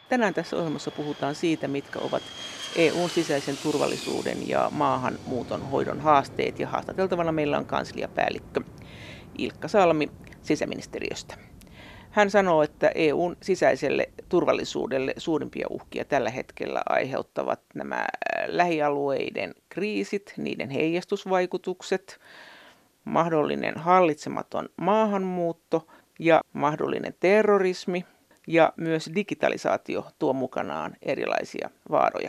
Tänään tässä ohjelmassa puhutaan siitä, mitkä ovat EU:n sisäisen turvallisuuden ja maahanmuuton hoidon haasteet. Ja haastateltavana meillä on kansliapäällikkö Ilkka Salmi sisäministeriöstä. Hän sanoo, että EU:n sisäiselle turvallisuudelle suurimpia uhkia tällä hetkellä aiheuttavat nämä lähialueiden kriisit, niiden heijastusvaikutukset, mahdollinen hallitsematon maahanmuutto ja mahdollinen terrorismi. Ja myös digitalisaatio tuo mukanaan erilaisia vaaroja.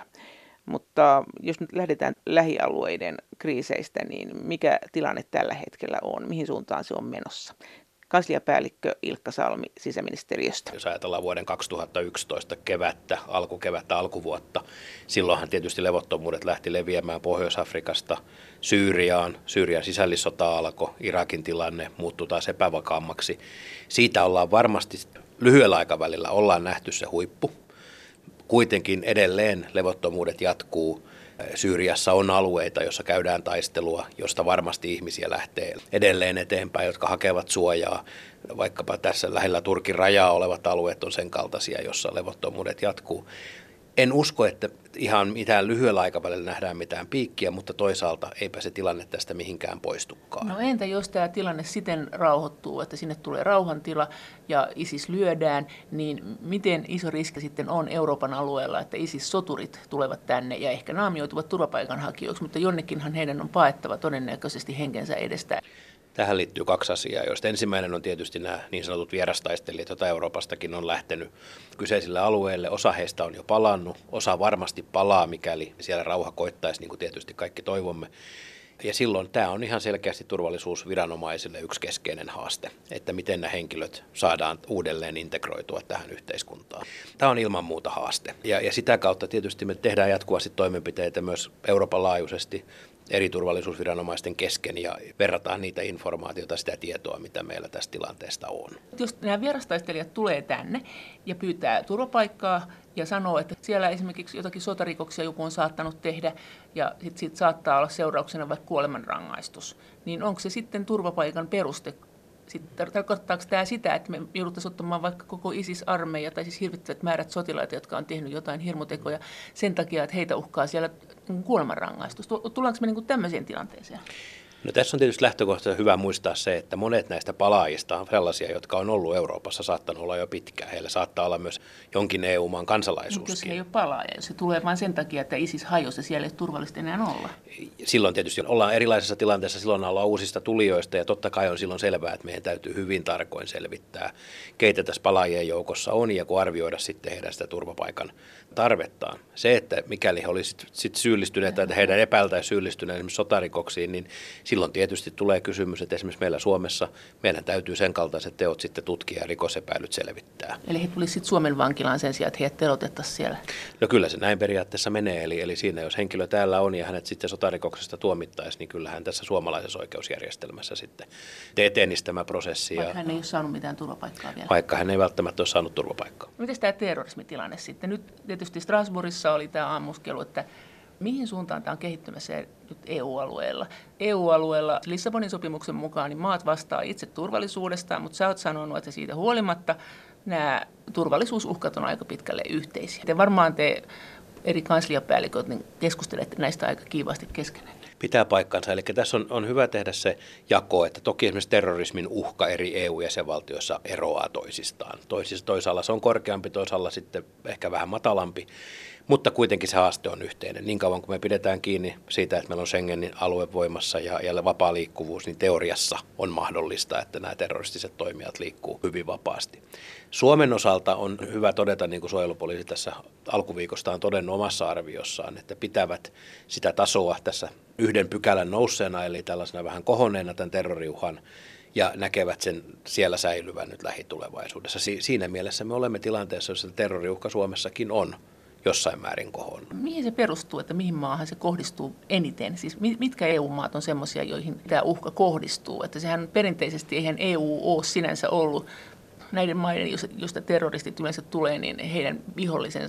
Mutta jos nyt lähdetään lähialueiden kriiseistä, niin mikä tilanne tällä hetkellä on? Mihin suuntaan se on menossa? Kansliapäällikkö Ilkka Salmi sisäministeriöstä. Jos ajatellaan vuoden 2011 kevättä, alkuvuotta, silloinhan tietysti levottomuudet lähti leviämään Pohjois-Afrikasta Syyriaan. Syyrian sisällissota alkoi, Irakin tilanne muuttui taas epävakaammaksi. Siitä ollaan varmasti lyhyellä aikavälillä ollaan nähty se huippu. Kuitenkin edelleen levottomuudet jatkuu. Syyriassa on alueita, joissa käydään taistelua, josta varmasti ihmisiä lähtee edelleen eteenpäin, jotka hakevat suojaa. Vaikkapa tässä lähellä Turkin rajaa olevat alueet on sen kaltaisia, jossa levottomuudet jatkuu. En usko, että ihan mitään lyhyellä aikavälillä nähdään mitään piikkiä, mutta toisaalta eipä se tilanne tästä mihinkään poistukaan. No entä jos tämä tilanne siten rauhoittuu, että sinne tulee rauhantila ja ISIS lyödään, niin miten iso riski sitten on Euroopan alueella, että ISIS-soturit tulevat tänne ja ehkä naamioituvat turvapaikanhakijoiksi, mutta jonnekinhan heidän on paettava todennäköisesti henkensä edestä. Tähän liittyy kaksi asiaa, joista ensimmäinen on tietysti nämä niin sanotut vierastaistelijat, joita Euroopastakin on lähtenyt kyseisille alueille. Osa heistä on jo palannut, osa varmasti palaa, mikäli siellä rauha koittaisi, niin kuin tietysti kaikki toivomme. Ja silloin tämä on ihan selkeästi turvallisuusviranomaisille yksi keskeinen haaste, että miten nämä henkilöt saadaan uudelleen integroitua tähän yhteiskuntaan. Tämä on ilman muuta haaste. Ja sitä kautta tietysti me tehdään jatkuvasti toimenpiteitä myös Euroopan laajuisesti eri turvallisuusviranomaisten kesken ja verrataan niitä informaatiota, sitä tietoa, mitä meillä tästä tilanteesta on. Jos nämä vierastaistelijat tulee tänne ja pyytää turvapaikkaa ja sanoo, että siellä esimerkiksi jotakin sotarikoksia joku on saattanut tehdä ja siitä saattaa olla seurauksena vaikka kuolemanrangaistus, niin onko se sitten turvapaikan peruste? Sitten tarkoittaako tämä sitä, että me jouduttaisiin ottamaan vaikka koko ISIS-armeija tai siis hirvittävät määrät sotilaita, jotka on tehnyt jotain hirmutekoja sen takia, että heitä uhkaa siellä kuolemanrangaistus? Tullaanko me tämmöiseen tilanteeseen? No tässä on tietysti lähtökohtaisesti hyvä muistaa se, että monet näistä palaajista on sellaisia, jotka on ollut Euroopassa, saattanut olla jo pitkään. Heillä saattaa olla myös jonkin EU-maan kansalaisuuskin. Jos he ei ole palaaja, jos se tulee vain sen takia, että ISIS hajosi ja siellä ei turvallista enää olla. Silloin tietysti ollaan erilaisessa tilanteessa, silloin ollaan uusista tulijoista ja totta kai on silloin selvää, että meidän täytyy hyvin tarkoin selvittää, keitä tässä palaajien joukossa on ja kun arvioida sitten heidän sitä turvapaikan tarvettaan. Se, että mikäli he olisivat sitten syyllistyneet tai heidän epäiltäisiin syyllistyneet esimerkiksi sotarikoksiin, niin silloin tietysti tulee kysymys, että esimerkiksi meillä Suomessa meidän täytyy sen kaltaiset teot sitten tutkia ja rikosepäilyt selvittää. Eli he tulisivat sitten Suomen vankilaan sen sijaan, että heidät telotettaisiin siellä? No kyllä se näin periaatteessa menee, eli siinä jos henkilö täällä on ja hänet sitten sotarikoksesta tuomittaisiin, niin kyllähän tässä suomalaisessa oikeusjärjestelmässä sitten etenisi tämä prosessi. Vaikka hän ei ole saanut mitään turvapaikkaa vielä? Vaikka hän ei välttämättä ole saanut turvapaikkaa. Miten tämä terrorismitilanne sitten? Nyt tietysti Strasbourgissa oli tämä ammuskelu, että mihin suuntaan tämä on kehittymässä nyt EU-alueella? EU-alueella Lissabonin sopimuksen mukaan niin maat vastaa itse turvallisuudestaan, mutta sä oot sanonut, että siitä huolimatta nämä turvallisuusuhkat on aika pitkälle yhteisiä. Varmaan te eri kansliapäälliköt niin keskustelette näistä aika kiivaasti keskenään. Pitää paikkansa. Eli tässä on hyvä tehdä se jako, että toki esimerkiksi terrorismin uhka eri EU-jäsenvaltioissa eroaa toisistaan. Toisaalla se on korkeampi, toisaalla sitten ehkä vähän matalampi, mutta kuitenkin se haaste on yhteinen. Niin kauan kuin me pidetään kiinni siitä, että meillä on Schengenin alue voimassa ja vapaa liikkuvuus, niin teoriassa on mahdollista, että nämä terroristiset toimijat liikkuu hyvin vapaasti. Suomen osalta on hyvä todeta, niin kuin suojelupoliisi tässä alkuviikosta on todennut omassa arviossaan, että pitävät sitä tasoa tässä yhden pykälän nousseena, eli tällaisena vähän kohonneena tämän terroriuhan, ja näkevät sen siellä säilyvän nyt lähitulevaisuudessa. Siinä mielessä me olemme tilanteessa, jossa terroriuhka Suomessakin on jossain määrin kohonnut. Mihin se perustuu, että mihin maahan se kohdistuu eniten? Siis mitkä EU-maat on semmoisia, joihin tämä uhka kohdistuu? Että sehän perinteisesti, eihän EU ole sinänsä ollut näiden maiden, joista terroristit yleensä tulee, niin heidän vihollisensa.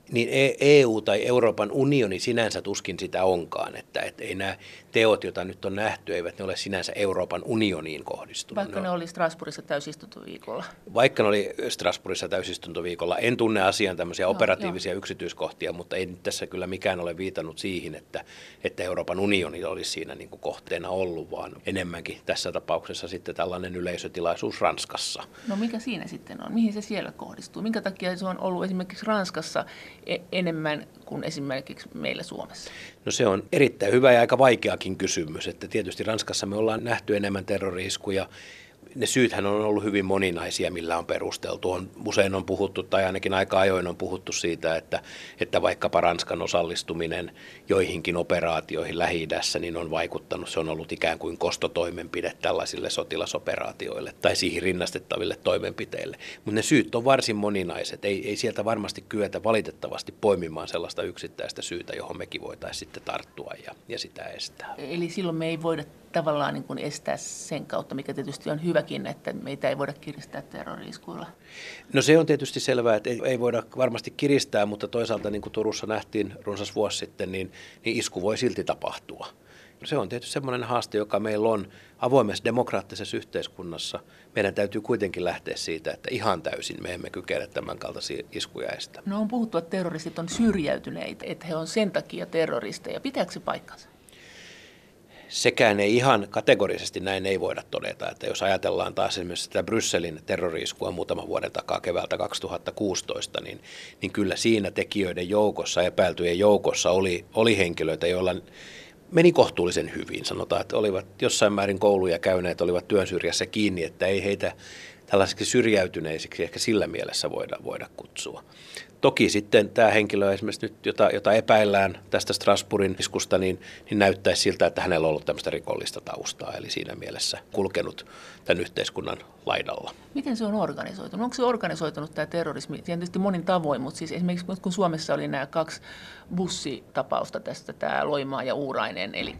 Niin EU tai Euroopan unioni sinänsä tuskin sitä onkaan, että ei nämä teot, joita nyt on nähty, eivät ne ole sinänsä Euroopan unioniin kohdistunut. Vaikka ne oli Strasbourgissa täysistuntoviikolla. Vaikka ne oli Strasbourgissa täysistuntoviikolla. En tunne asian tämmöisiä operatiivisia yksityiskohtia, mutta ei tässä kyllä mikään ole viitannut siihen, että Euroopan unioni olisi siinä niin kuin kohteena ollut, vaan enemmänkin tässä tapauksessa sitten tällainen yleisötilaisuus Ranskassa. No mikä siinä sitten on? Mihin se siellä kohdistuu? Minkä takia se on ollut esimerkiksi Ranskassa enemmän kuin esimerkiksi meillä Suomessa? No se on erittäin hyvä ja aika vaikeakin kysymys, että tietysti Ranskassa me ollaan nähty enemmän terrori-iskuja. Ne syythän on ollut hyvin moninaisia, millä on perusteltu. Usein on puhuttu, tai ainakin aika ajoin on puhuttu siitä, että vaikkapa Ranskan osallistuminen joihinkin operaatioihin Lähi-idässä niin on vaikuttanut. Se on ollut ikään kuin kostotoimenpide tällaisille sotilasoperaatioille tai siihen rinnastettaville toimenpiteille. Mutta ne syyt on varsin moninaiset. Ei sieltä varmasti kyetä valitettavasti poimimaan sellaista yksittäistä syytä, johon mekin voitaisiin sitten tarttua ja sitä estää. Eli silloin me ei voida tavallaan niin kuin estää sen kautta, mikä tietysti on hyväkin, että meitä ei voida kiristää terrori-iskuilla. No se on tietysti selvää, että ei voida varmasti kiristää, mutta toisaalta niin kuin Turussa nähtiin runsas vuosi sitten, niin isku voi silti tapahtua. Se on tietysti semmoinen haaste, joka meillä on avoimessa demokraattisessa yhteiskunnassa. Meidän täytyy kuitenkin lähteä siitä, että ihan täysin me emme kykene tämän kaltaisia iskuja estää. No on puhuttu, että terroristit on syrjäytyneitä, että he on sen takia terroristeja. Pitääkö se paikkansa? Sekään ei ihan kategorisesti näin ei voida todeta, että jos ajatellaan taas esimerkiksi sitä Brysselin terrori-iskua muutaman vuoden takaa keväältä 2016, niin kyllä siinä tekijöiden joukossa, epäiltyjen joukossa oli henkilöitä, joilla meni kohtuullisen hyvin. Sanotaan, että olivat jossain määrin kouluja käyneet, olivat työn syrjässä kiinni, että ei heitä tällaisiksi syrjäytyneisiksi ehkä sillä mielessä voida kutsua. Toki sitten tämä henkilö esimerkiksi nyt, jota epäillään tästä Strasbourgin iskusta, niin näyttäisi siltä, että hänellä on ollut tämmöistä rikollista taustaa, eli siinä mielessä kulkenut tämän yhteiskunnan laidalla. Miten se on organisoitunut? Onko se organisoitunut tämä terrorismi? Tietysti monin tavoin, mutta siis esimerkiksi kun Suomessa oli nämä 2 bussitapausta tästä, tämä Loimaa ja Uurainen, eli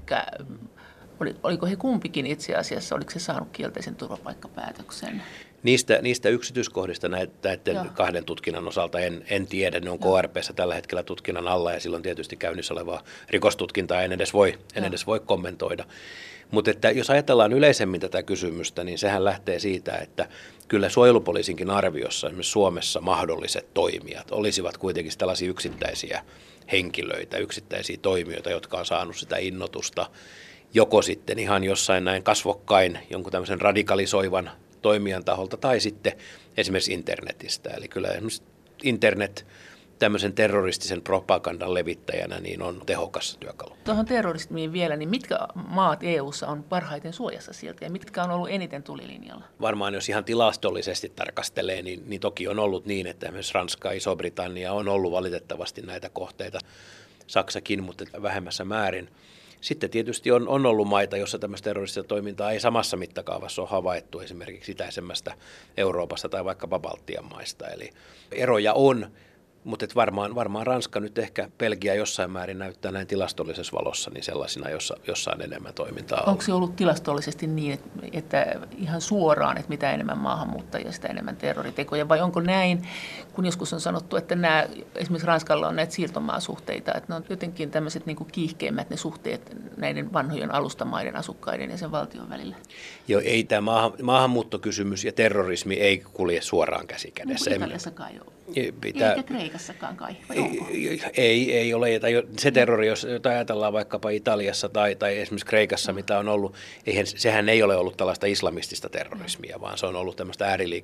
oliko he kumpikin itse asiassa, oliko se saanut kielteisen turvapaikkapäätöksen? Niistä yksityiskohdista näiden 2 tutkinnan osalta en tiedä. Ne on KRP:ssä tällä hetkellä tutkinnan alla ja silloin tietysti käynnissä olevaa rikostutkintaa en edes voi kommentoida. Mutta että jos ajatellaan yleisemmin tätä kysymystä, niin sehän lähtee siitä, että kyllä suojelupoliisinkin arviossa esimerkiksi Suomessa mahdolliset toimijat olisivat kuitenkin tällaisia yksittäisiä henkilöitä, yksittäisiä toimijoita, jotka on saanut sitä innotusta joko sitten ihan jossain näin kasvokkain jonkun tämmöisen radikalisoivan toimijan taholta tai sitten esimerkiksi internetistä. Eli kyllä esimerkiksi internet tämmöisen terroristisen propagandan levittäjänä niin on tehokas työkalu. Tuohon terrorismiin vielä, niin mitkä maat EU:ssa on parhaiten suojassa siltä ja mitkä on ollut eniten tulilinjalla? Varmaan jos ihan tilastollisesti tarkastelee, niin toki on ollut niin, että esimerkiksi Ranska ja Iso-Britannia on ollut valitettavasti näitä kohteita, Saksakin, mutta vähemmässä määrin. Sitten tietysti on ollut maita, joissa tämmöistä terroristista toimintaa ei samassa mittakaavassa ole havaittu esimerkiksi itäisemmästä Euroopasta tai vaikkapa Baltian maista. Eli eroja on, mutta varmaan Ranska nyt ehkä Belgia jossain määrin näyttää näin tilastollisessa valossa niin sellaisina, jossa on enemmän toimintaa. Onko se ollut tilastollisesti niin, että ihan suoraan, että mitä enemmän maahanmuuttajia, sitä enemmän terroritekoja, vai onko näin, kun joskus on sanottu, että esimerkiksi Ranskalla on näitä siirtomaasuhteita, että ne on jotenkin tämmöiset niin kuin kiihkeimmät ne suhteet näiden vanhojen alustamaiden asukkaiden ja sen valtion välillä? Joo, ei tämä maahanmuuttokysymys ja terrorismi ei kulje suoraan käsi kädessä. No, Italiassa kai ole. Eikä Kreikassakaan kai, vai onko? Ei ole. Se terrori, jota ajatellaan vaikkapa Italiassa tai esimerkiksi Kreikassa, mitä on ollut, sehän ei ole ollut tällaista islamistista terrorismia, vaan se on ollut tämmöistä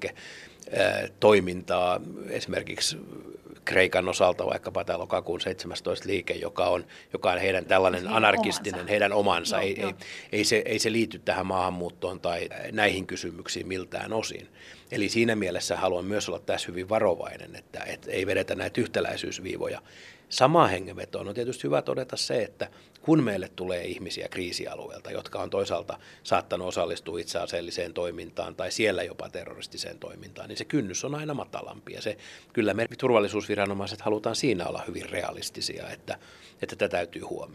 ääriliiketoimintaa esimerkiksi Kreikan osalta vaikkapa tämä lokakuun 17. liike, joka on heidän tällainen anarkistinen, heidän omansa. Ei se liity tähän maahanmuuttoon tai näihin kysymyksiin miltään osin. Eli siinä mielessä haluan myös olla tässä hyvin varovainen, että ei vedetä näitä yhtäläisyysviivoja. Samaan hengenvetoon on tietysti hyvä todeta se, että kun meille tulee ihmisiä kriisialueelta, jotka on toisaalta saattanut osallistua itse aseelliseen toimintaan tai siellä jopa terroristiseen toimintaan, niin se kynnys on aina matalampi. Ja kyllä me turvallisuusviranomaiset halutaan siinä olla hyvin realistisia, että tätä täytyy huomioida.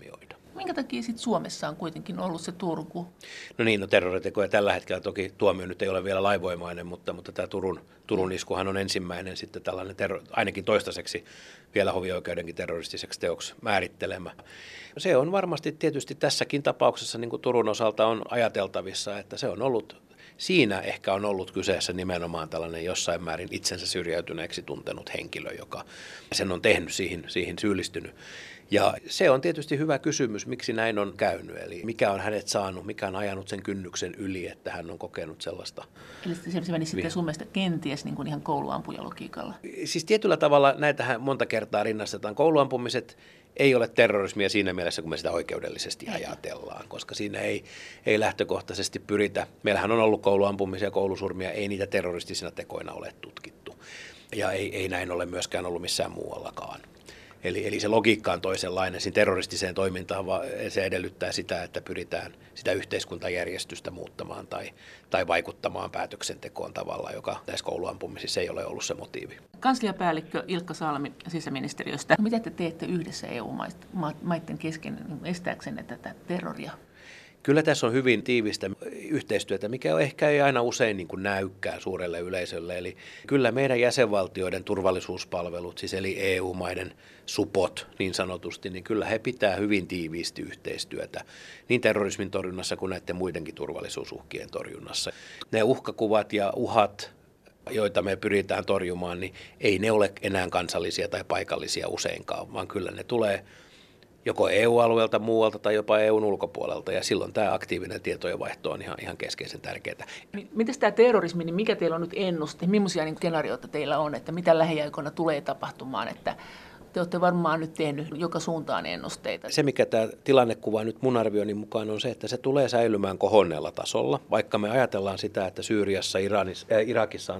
Minkä takia sitten Suomessa on kuitenkin ollut se Turku? No niin, terroritekoja tällä hetkellä toki tuomio nyt ei ole vielä lainvoimainen, mutta tämä Turun iskuhan on ensimmäinen sitten tällainen ainakin toistaiseksi vielä hovioikeudenkin terroristiseksi teoksi määrittelemä. Se on varmasti tietysti tässäkin tapauksessa, niin kuin Turun osalta on ajateltavissa, että se on ollut, siinä ehkä on ollut kyseessä nimenomaan tällainen jossain määrin itsensä syrjäytyneeksi tuntenut henkilö, joka sen on tehnyt, siihen syyllistynyt. Ja se on tietysti hyvä kysymys, miksi näin on käynyt, eli mikä on hänet saanut, mikä on ajanut sen kynnyksen yli, että hän on kokenut sellaista. Eli se meni sitten sun mielestä kenties niin kuin ihan kouluampujalogiikalla? Siis tietyllä tavalla näitähän monta kertaa rinnastetaan. Kouluampumiset ei ole terrorismia siinä mielessä, kun me sitä oikeudellisesti ajatellaan, koska siinä ei lähtökohtaisesti pyritä. Meillähän on ollut kouluampumisia ja koulusurmia, ei niitä terroristisina tekoina ole tutkittu. Ja ei näin ole myöskään ollut missään muuallakaan. Eli se logiikka on toisenlainen. Siinä terroristiseen toimintaan se edellyttää sitä, että pyritään sitä yhteiskuntajärjestystä muuttamaan tai vaikuttamaan päätöksentekoon tavalla, joka näissä kouluampumisissa ei ole ollut se motiivi. Kansliapäällikkö Ilkka Salmi sisäministeriöstä. Mitä te teette yhdessä EU-maiden kesken estääksenne tätä terroria? Kyllä tässä on hyvin tiivistä yhteistyötä, mikä ehkä ei aina usein niin kuin näykään suurelle yleisölle. Eli kyllä meidän jäsenvaltioiden turvallisuuspalvelut, siis eli EU-maiden supot niin sanotusti, niin kyllä he pitää hyvin tiiviisti yhteistyötä niin terrorismin torjunnassa kuin näiden muidenkin turvallisuusuhkien torjunnassa. Ne uhkakuvat ja uhat, joita me pyritään torjumaan, niin ei ne ole enää kansallisia tai paikallisia useinkaan, vaan kyllä ne tulee joko EU-alueelta, muualta tai jopa EUn ulkopuolelta, ja silloin tämä aktiivinen tietojenvaihto on ihan keskeisen tärkeää. Miten tämä terrorismi, niin mikä teillä on nyt ennuste? Millaisia skenaarioita teillä on, että mitä lähiaikoina tulee tapahtumaan, että te olette varmaan nyt tehnyt joka suuntaan ennusteita? Se, mikä tämä tilannekuva nyt mun arvioni mukaan on se, että se tulee säilymään kohonneella tasolla, vaikka me ajatellaan sitä, että Syyriassa, Irakissa,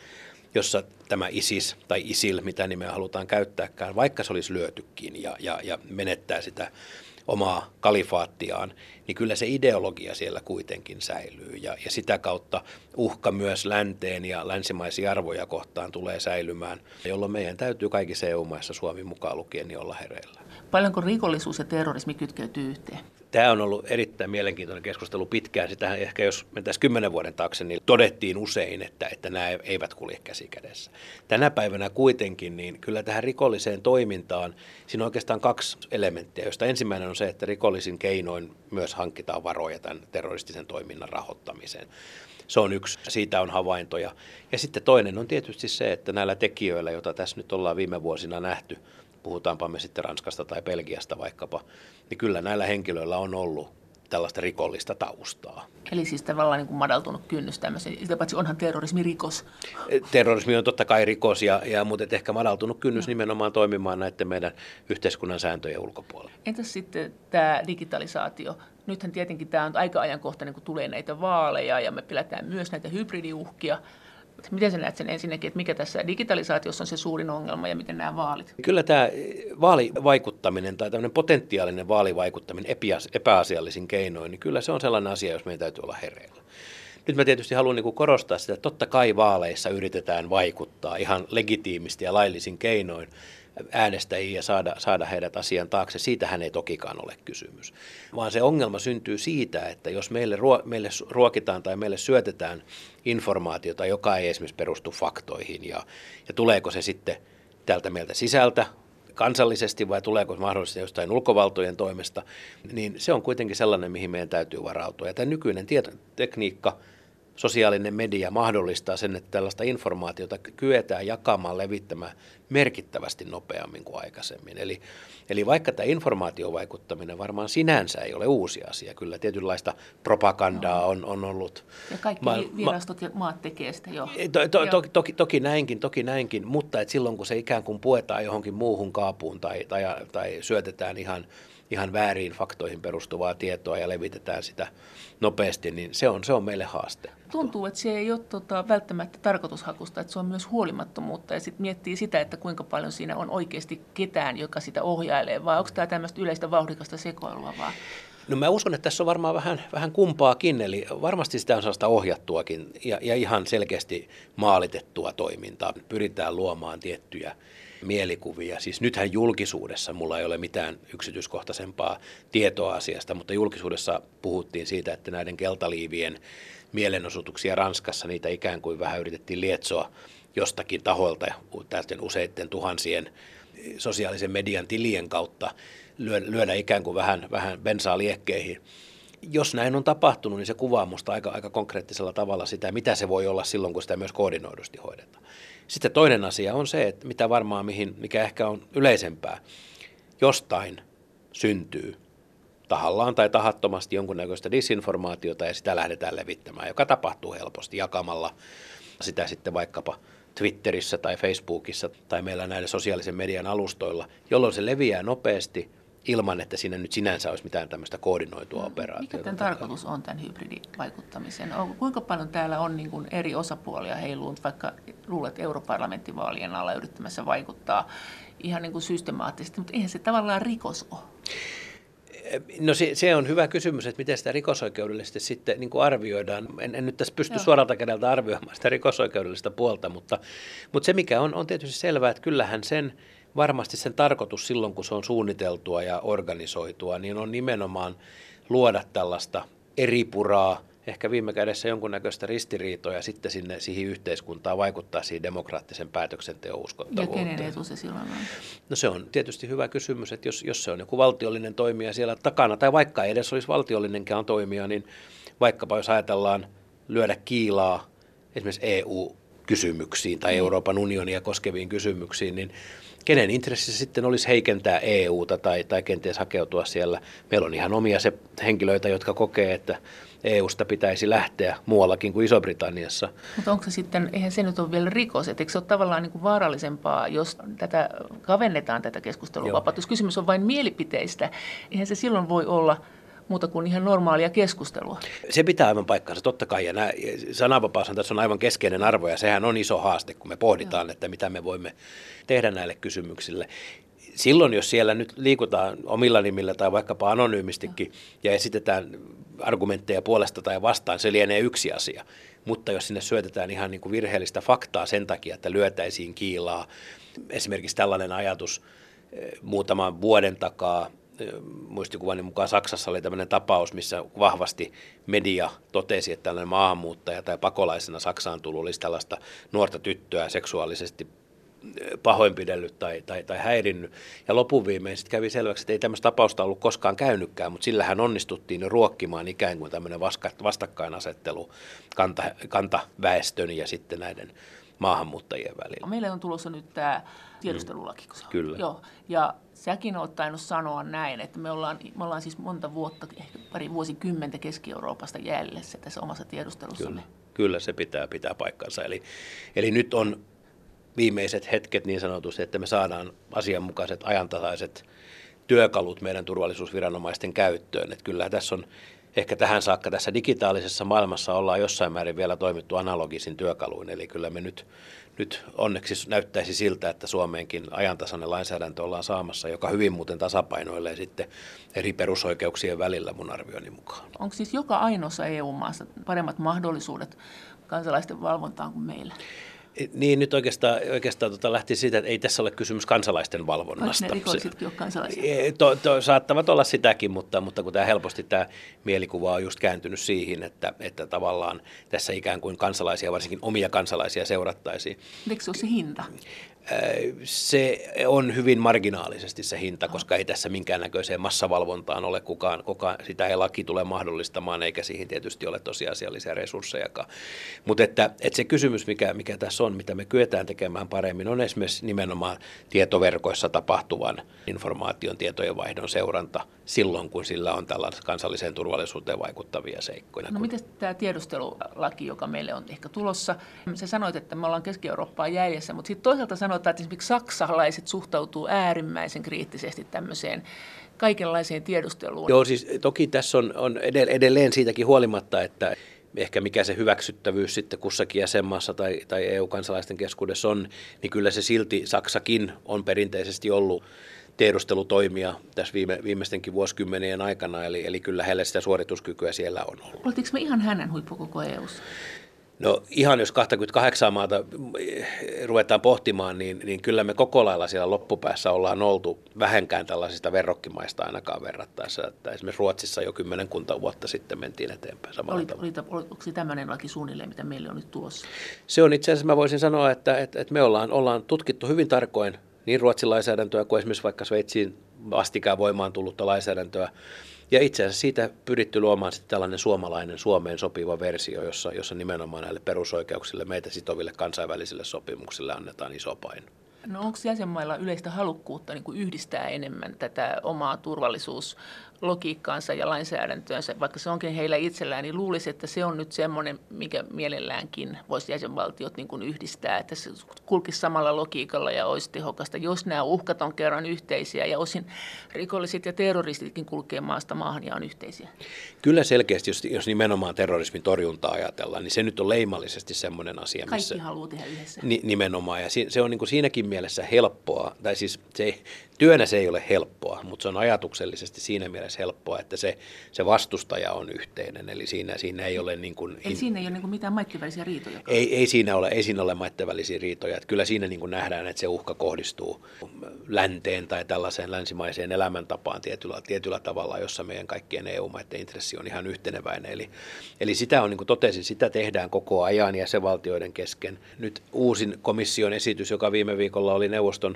jossa tämä ISIS tai ISIL, mitä nimeä halutaan käyttääkään, vaikka se olisi lyötykin ja menettää sitä omaa kalifaattiaan, niin kyllä se ideologia siellä kuitenkin säilyy. Ja sitä kautta uhka myös länteen ja länsimaisia arvoja kohtaan tulee säilymään, jolloin meidän täytyy kaikissa EU-maissa, Suomi mukaan lukien, niin olla hereillä. Paljonko rikollisuus ja terrorismi kytkeytyy yhteen? Tämä on ollut erittäin mielenkiintoinen keskustelu pitkään. Sitähän ehkä jos mentäisiin 10 vuoden taakse, niin todettiin usein, että nämä eivät kulje käsi kädessä. Tänä päivänä kuitenkin, niin kyllä tähän rikolliseen toimintaan, siinä on oikeastaan 2 elementtiä, joista ensimmäinen on se, että rikollisin keinoin myös hankitaan varoja tämän terroristisen toiminnan rahoittamiseen. Se on yksi, siitä on havaintoja. Ja sitten toinen on tietysti se, että näillä tekijöillä, joita tässä nyt ollaan viime vuosina nähty, puhutaanpa me sitten Ranskasta tai Belgiasta vaikkapa, niin kyllä näillä henkilöillä on ollut tällaista rikollista taustaa. Eli siis tavallaan niin kuin madaltunut kynnys tämmöiseen, sitä paitsi onhan terrorismi rikos. Terrorismi on totta kai rikos, mutta ehkä madaltunut kynnys nimenomaan toimimaan näiden meidän yhteiskunnan sääntöjen ulkopuolella. Entäs sitten tämä digitalisaatio? Nythän tietenkin tämä on aika ajankohtainen, kun tulee näitä vaaleja ja me pelätään myös näitä hybridiuhkia. Miten sä näet sen ensinnäkin, että mikä tässä digitalisaatiossa on se suurin ongelma ja miten nämä vaalit? Kyllä tämä vaalivaikuttaminen tai tämmöinen potentiaalinen vaalivaikuttaminen epäasiallisin keinoin, niin kyllä se on sellainen asia, jos meidän täytyy olla hereillä. Nyt mä tietysti haluan niin kuin korostaa sitä, että totta kai vaaleissa yritetään vaikuttaa ihan legitiimisti ja laillisin keinoin äänestäjiä ja saada heidät asian taakse. Siitähän ei tokikaan ole kysymys, vaan se ongelma syntyy siitä, että jos meille ruokitaan tai meille syötetään informaatiota, joka ei esimerkiksi perustu faktoihin ja tuleeko se sitten täältä meiltä sisältä kansallisesti vai tuleeko se mahdollisesti jostain ulkovaltojen toimesta, niin se on kuitenkin sellainen, mihin meidän täytyy varautua. Ja tämä nykyinen tietotekniikka, sosiaalinen media mahdollistaa sen, että tällaista informaatiota kyetään jakamaan, levittämään merkittävästi nopeammin kuin aikaisemmin. Eli vaikka tämä informaatiovaikuttaminen varmaan sinänsä ei ole uusi asia, kyllä tietynlaista propagandaa on ollut. Ja kaikki virastot ja maat tekee sitä jo. Toki näinkin, mutta et silloin kun se ikään kuin puetaan johonkin muuhun kaapuun tai syötetään ihan vääriin faktoihin perustuvaa tietoa ja levitetään sitä nopeasti, niin se on meille haaste. Tuntuu, että se ei ole välttämättä tarkoitushakusta, että se on myös huolimattomuutta ja sitten miettii sitä, että kuinka paljon siinä on oikeasti ketään, joka sitä ohjailee, vai onko tämä tämmöistä yleistä vauhdikasta sekoilua vaan? No mä uskon, että tässä on varmaan vähän kumpaakin, eli varmasti sitä on sellaista ohjattuakin ja ihan selkeästi maalitettua toimintaa. Pyritään luomaan tiettyjä mielikuvia. Siis nythän julkisuudessa, mulla ei ole mitään yksityiskohtaisempaa tietoa asiasta, mutta julkisuudessa puhuttiin siitä, että näiden keltaliivien mielenosoituksia Ranskassa, niitä ikään kuin vähän yritettiin lietsoa jostakin taholta ja täältä useiden tuhansien sosiaalisen median tilien kautta lyödä ikään kuin vähän bensaa liekkeihin. Jos näin on tapahtunut, niin se kuvaa minusta aika konkreettisella tavalla sitä, mitä se voi olla silloin, kun sitä myös koordinoidusti hoidetaan. Sitten toinen asia on se, että mitä varmaan mikä ehkä on yleisempää, jostain syntyy tahallaan tai tahattomasti jonkunnäköistä disinformaatiota ja sitä lähdetään levittämään, joka tapahtuu helposti jakamalla sitä sitten vaikkapa Twitterissä tai Facebookissa tai meillä näiden sosiaalisen median alustoilla, jolloin se leviää nopeasti ilman, että siinä nyt sinänsä olisi mitään tämmöistä koordinoitua operaatiota. Mikä tämän tarkoitus on tämän hybridivaikuttamisen? Kuinka paljon täällä on niin kuin eri osapuolia heiluunut, vaikka luulet europarlamenttivaalien alla yrittämässä vaikuttaa ihan niin kuin systemaattisesti, mutta eihän se tavallaan rikos ole. No se on hyvä kysymys, että miten sitä rikosoikeudellisesti sitten niin kuin arvioidaan. En nyt tässä pysty suoralta kädeltä arvioimaan sitä rikosoikeudellista puolta, mutta se mikä on tietysti selvää, että kyllähän varmasti sen tarkoitus silloin, kun se on suunniteltua ja organisoitua, niin on nimenomaan luoda tällaista eripuraa, ehkä viime kädessä jonkunnäköistä ristiriitoa ja sitten siihen yhteiskuntaan vaikuttaa siihen demokraattisen päätöksenteon uskottavuuteen. Ja kenen etu se silloin on? No se on tietysti hyvä kysymys, että jos se on joku valtiollinen toimija siellä takana, tai vaikka ei edes olisi valtiollinenkaan toimija, niin vaikkapa jos ajatellaan lyödä kiilaa esimerkiksi EU-kysymyksiin tai Euroopan unionia koskeviin kysymyksiin, niin kenen intressissä sitten olisi heikentää EUta tai kenties hakeutua siellä. Meillä on ihan omia henkilöitä, jotka kokee, että EUsta pitäisi lähteä muuallakin kuin Iso-Britanniassa. Mutta onko se sitten, eihän se nyt ole vielä rikos, että eikö se ole tavallaan niin kuin vaarallisempaa, jos kavennetaan tätä keskustelua vapautta. Jos kysymys on vain mielipiteistä, eihän se silloin voi olla muuta kuin ihan normaalia keskustelua. Se pitää aivan paikkansa, totta kai, ja sananvapaushan tässä on aivan keskeinen arvo, ja sehän on iso haaste, kun me pohditaan, että mitä me voimme tehdä näille kysymyksille. Silloin, jos siellä nyt liikutaan omilla nimillä tai vaikkapa anonyymistikin ja esitetään argumentteja puolesta tai vastaan, se lienee yksi asia. Mutta jos sinne syötetään ihan niin kuin virheellistä faktaa sen takia, että lyötäisiin kiilaa, esimerkiksi tällainen ajatus muutaman vuoden takaa, muistikuvani mukaan Saksassa oli tämmöinen tapaus, missä vahvasti media totesi, että tällainen maahanmuuttaja tai pakolaisena Saksaan tullut olisi tällaista nuorta tyttöä seksuaalisesti pahoinpidellyt tai häirinnyt. Ja lopun viimein sitten kävi selväksi, että ei tämmöistä tapausta ollut koskaan käynytkään, mutta sillähän onnistuttiin ruokkimaan ikään kuin tämmöinen vastakkainasettelu kantaväestön ja sitten näiden maahanmuuttajien välillä. Meille on tulossa nyt tämä tiedustelulaki. Kyllä. Joo. Ja säkin olet tainnut sanoa näin, että me ollaan siis monta vuotta, ehkä pari vuosikymmentä Keski-Euroopasta jäljessä tässä omassa tiedustelussamme. Kyllä se pitää paikkansa. Eli nyt on viimeiset hetket niin sanotusti, että me saadaan asianmukaiset ajantasaiset työkalut meidän turvallisuusviranomaisten käyttöön. Että kyllä tässä on ehkä tähän saakka tässä digitaalisessa maailmassa ollaan jossain määrin vielä toimittu analogisin työkaluin. Eli kyllä me nyt onneksi näyttäisi siltä, että Suomeenkin ajantasainen lainsäädäntö ollaan saamassa, joka hyvin muuten tasapainoilee sitten eri perusoikeuksien välillä mun arvioni mukaan. Onko siis joka ainoassa EU-maassa paremmat mahdollisuudet kansalaisten valvontaan kuin meillä? Niin, nyt oikeastaan lähti siitä, että ei tässä ole kysymys kansalaisten valvonnasta. Vaikka ne rikollisetkin ole kansalaisia? Saattavat olla sitäkin, mutta kun tämä mielikuva on just kääntynyt siihen, että tavallaan tässä ikään kuin kansalaisia, varsinkin omia kansalaisia seurattaisiin. Eikö se ole se hinta? Se on hyvin marginaalisesti se hinta, koska ei tässä minkäännäköiseen massavalvontaan ole kukaan, sitä ei laki tule mahdollistamaan, eikä siihen tietysti ole tosiasiallisia resurssejakaan. Mutta että se kysymys, mikä tässä on, mitä me kyetään tekemään paremmin, on esimerkiksi nimenomaan tietoverkoissa tapahtuvan informaation tietojenvaihdon seuranta silloin, kun sillä on tällaisia kansalliseen turvallisuuteen vaikuttavia seikkoja. No miten tämä tiedustelulaki, joka meille on ehkä tulossa, sä sanoit, että me ollaan Keski-Eurooppaa jäljessä, mutta sitten toisaalta sanotaan, että esimerkiksi saksalaiset suhtautuu äärimmäisen kriittisesti tämmöiseen kaikenlaiseen tiedusteluun. Joo, siis toki tässä on edelleen siitäkin huolimatta, että ehkä mikä se hyväksyttävyys sitten kussakin jäsenmaassa tai EU-kansalaisten keskuudessa on, niin kyllä se silti Saksakin on perinteisesti ollut tiedustelutoimia tässä viimeistenkin vuosikymmenien aikana, eli kyllä heillä sitä suorituskykyä siellä on ollut. Oltiinko me ihan hänen huippu koko EU:ssa? No ihan jos 28 maata ruvetaan pohtimaan, niin kyllä me koko lailla siellä loppupäässä ollaan oltu vähänkään tällaisista verrokkimaista ainakaan verrattaessa. Että esimerkiksi Ruotsissa jo 10 vuotta sitten mentiin eteenpäin samalla tavalla. Onko se tämmöinen laki suunnilleen, mitä meille on nyt tuossa? Se on itse asiassa, mä voisin sanoa, että me ollaan tutkittu hyvin tarkoin niin Ruotsin lainsäädäntöä kuin esimerkiksi vaikka Sveitsiin vastikään voimaan tullutta lainsäädäntöä. Ja itse asiassa siitä pyritty luomaan sitten tällainen suomalainen Suomeen sopiva versio, jossa nimenomaan näille perusoikeuksille, meitä sitoville kansainvälisille sopimuksille annetaan iso paino. No onko jäsenmailla yleistä halukkuutta niin kuin yhdistää enemmän tätä omaa turvallisuuslogiikkaansa ja lainsäädäntöönsä, vaikka se onkin heillä itsellään, niin luulisi, että se on nyt semmoinen, mikä mielelläänkin voisi jäsenvaltiot niin kuin yhdistää, että se kulkisi samalla logiikalla ja olisi tehokasta, jos nämä uhkat on kerran yhteisiä ja osin rikolliset ja terroristitkin kulkee maasta maahan ja on yhteisiä. Kyllä selkeästi, jos nimenomaan terrorismin torjuntaa ajatellaan, niin se nyt on leimallisesti semmoinen asia, missä kaikki haluaa tehdä yhdessä. Nimenomaan, ja se on niin kuin siinäkin mielessä helppoa, tai siis työnä se ei ole helppoa, mutta se on ajatuksellisesti siinä mielessä helppoa, että se vastustaja on yhteinen, eli siinä ei ole niin kuin... Eli siinä ei ole niin kuin mitään maitten välisiä riitoja? Ei siinä ole maitten välisiä riitoja, että kyllä siinä niin kuin nähdään, että se uhka kohdistuu länteen tai tällaiseen länsimaiseen elämäntapaan tietyllä tavalla, jossa meidän kaikkien EU-maiden intressi on ihan yhteneväinen, eli sitä on, niin kuin totesin, sitä tehdään koko ajan jäsenvaltioiden kesken. Nyt uusin komission esitys, joka viime viikolla oli neuvoston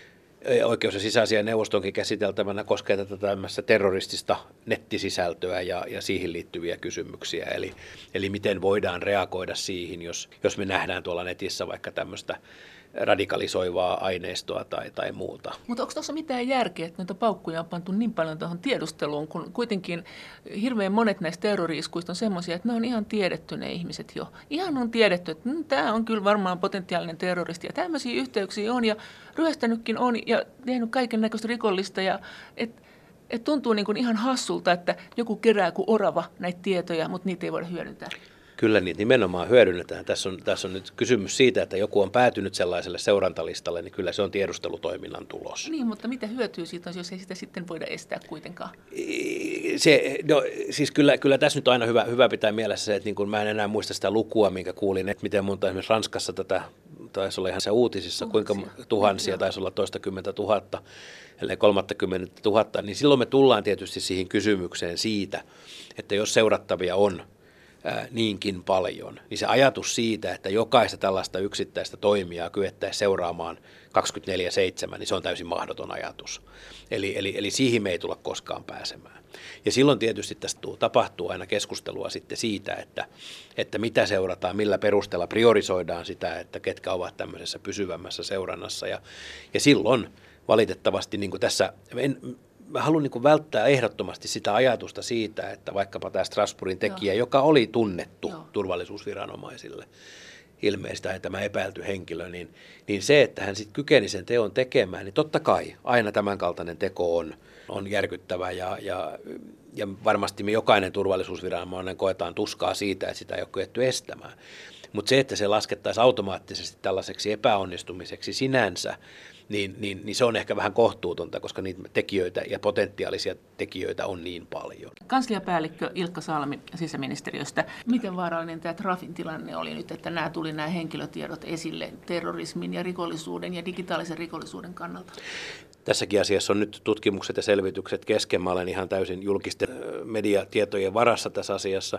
oikeus- ja sisäasiain neuvostonkin käsiteltävänä, koskee tätä tämmöistä terroristista nettisisältöä ja siihen liittyviä kysymyksiä. Eli miten voidaan reagoida siihen, jos me nähdään tuolla netissä vaikka tämmöistä radikalisoivaa aineistoa tai muuta. Mutta onko tuossa mitään järkeä, että noita paukkuja on pantu niin paljon tuohon tiedusteluun, kun kuitenkin hirveän monet näistä terrori-iskuista on semmoisia, että ne on ihan tiedetty ne ihmiset jo. Ihan on tiedetty, että tämä on kyllä varmaan potentiaalinen terroristi ja tämmöisiä yhteyksiä on ja ryöstänytkin on ja tehnyt kaiken näköistä rikollista ja et tuntuu niin kuin ihan hassulta, että joku kerää kuin orava näitä tietoja, mutta niitä ei voida hyödyntää. Kyllä niitä nimenomaan hyödynnetään. Tässä on nyt kysymys siitä, että joku on päätynyt sellaiselle seurantalistalle, niin kyllä se on tiedustelutoiminnan tulos. Niin, mutta mitä hyötyä siitä on, jos ei sitä sitten voida estää kuitenkaan? Siis kyllä tässä nyt on aina hyvä pitää mielessä se, että niin kun mä en enää muista sitä lukua, minkä kuulin, että miten monta esimerkiksi Ranskassa tätä, taisi olla ihan se uutisissa, kuinka tuhansia, taisi olla 20 000, ellei 30 000, niin silloin me tullaan tietysti siihen kysymykseen siitä, että jos seurattavia on niinkin paljon, niin se ajatus siitä, että jokaista tällaista yksittäistä toimijaa kyettäisiin seuraamaan 24/7, niin se on täysin mahdoton ajatus. Eli siihen me ei tulla koskaan pääsemään. Ja silloin tietysti tästä tapahtuu aina keskustelua sitten siitä, että mitä seurataan, millä perusteella priorisoidaan sitä, että ketkä ovat tämmöisessä pysyvämmässä seurannassa. Ja silloin valitettavasti niin kuin tässä... Mä haluan niin kuin välttää ehdottomasti sitä ajatusta siitä, että vaikkapa tämä Strasbourgin tekijä, joka oli tunnettu turvallisuusviranomaisille ilmeisesti, tai tämä epäilty henkilö, niin se, että hän sitten kykeni sen teon tekemään, niin totta kai aina tämänkaltainen teko on järkyttävä ja varmasti me jokainen turvallisuusviranomainen koetaan tuskaa siitä, että sitä ei ole kyetty estämään. Mutta se, että se laskettaisiin automaattisesti tällaiseksi epäonnistumiseksi sinänsä, niin se on ehkä vähän kohtuutonta, koska niitä tekijöitä ja potentiaalisia tekijöitä on niin paljon. Kansliapäällikkö Ilkka Salmi sisäministeriöstä. Miten vaarallinen tämä Trafin tilanne oli nyt, että nämä henkilötiedot esille terrorismin ja rikollisuuden ja digitaalisen rikollisuuden kannalta? Tässäkin asiassa on nyt tutkimukset ja selvitykset kesken. Mä olen ihan täysin julkisten mediatietojen varassa tässä asiassa.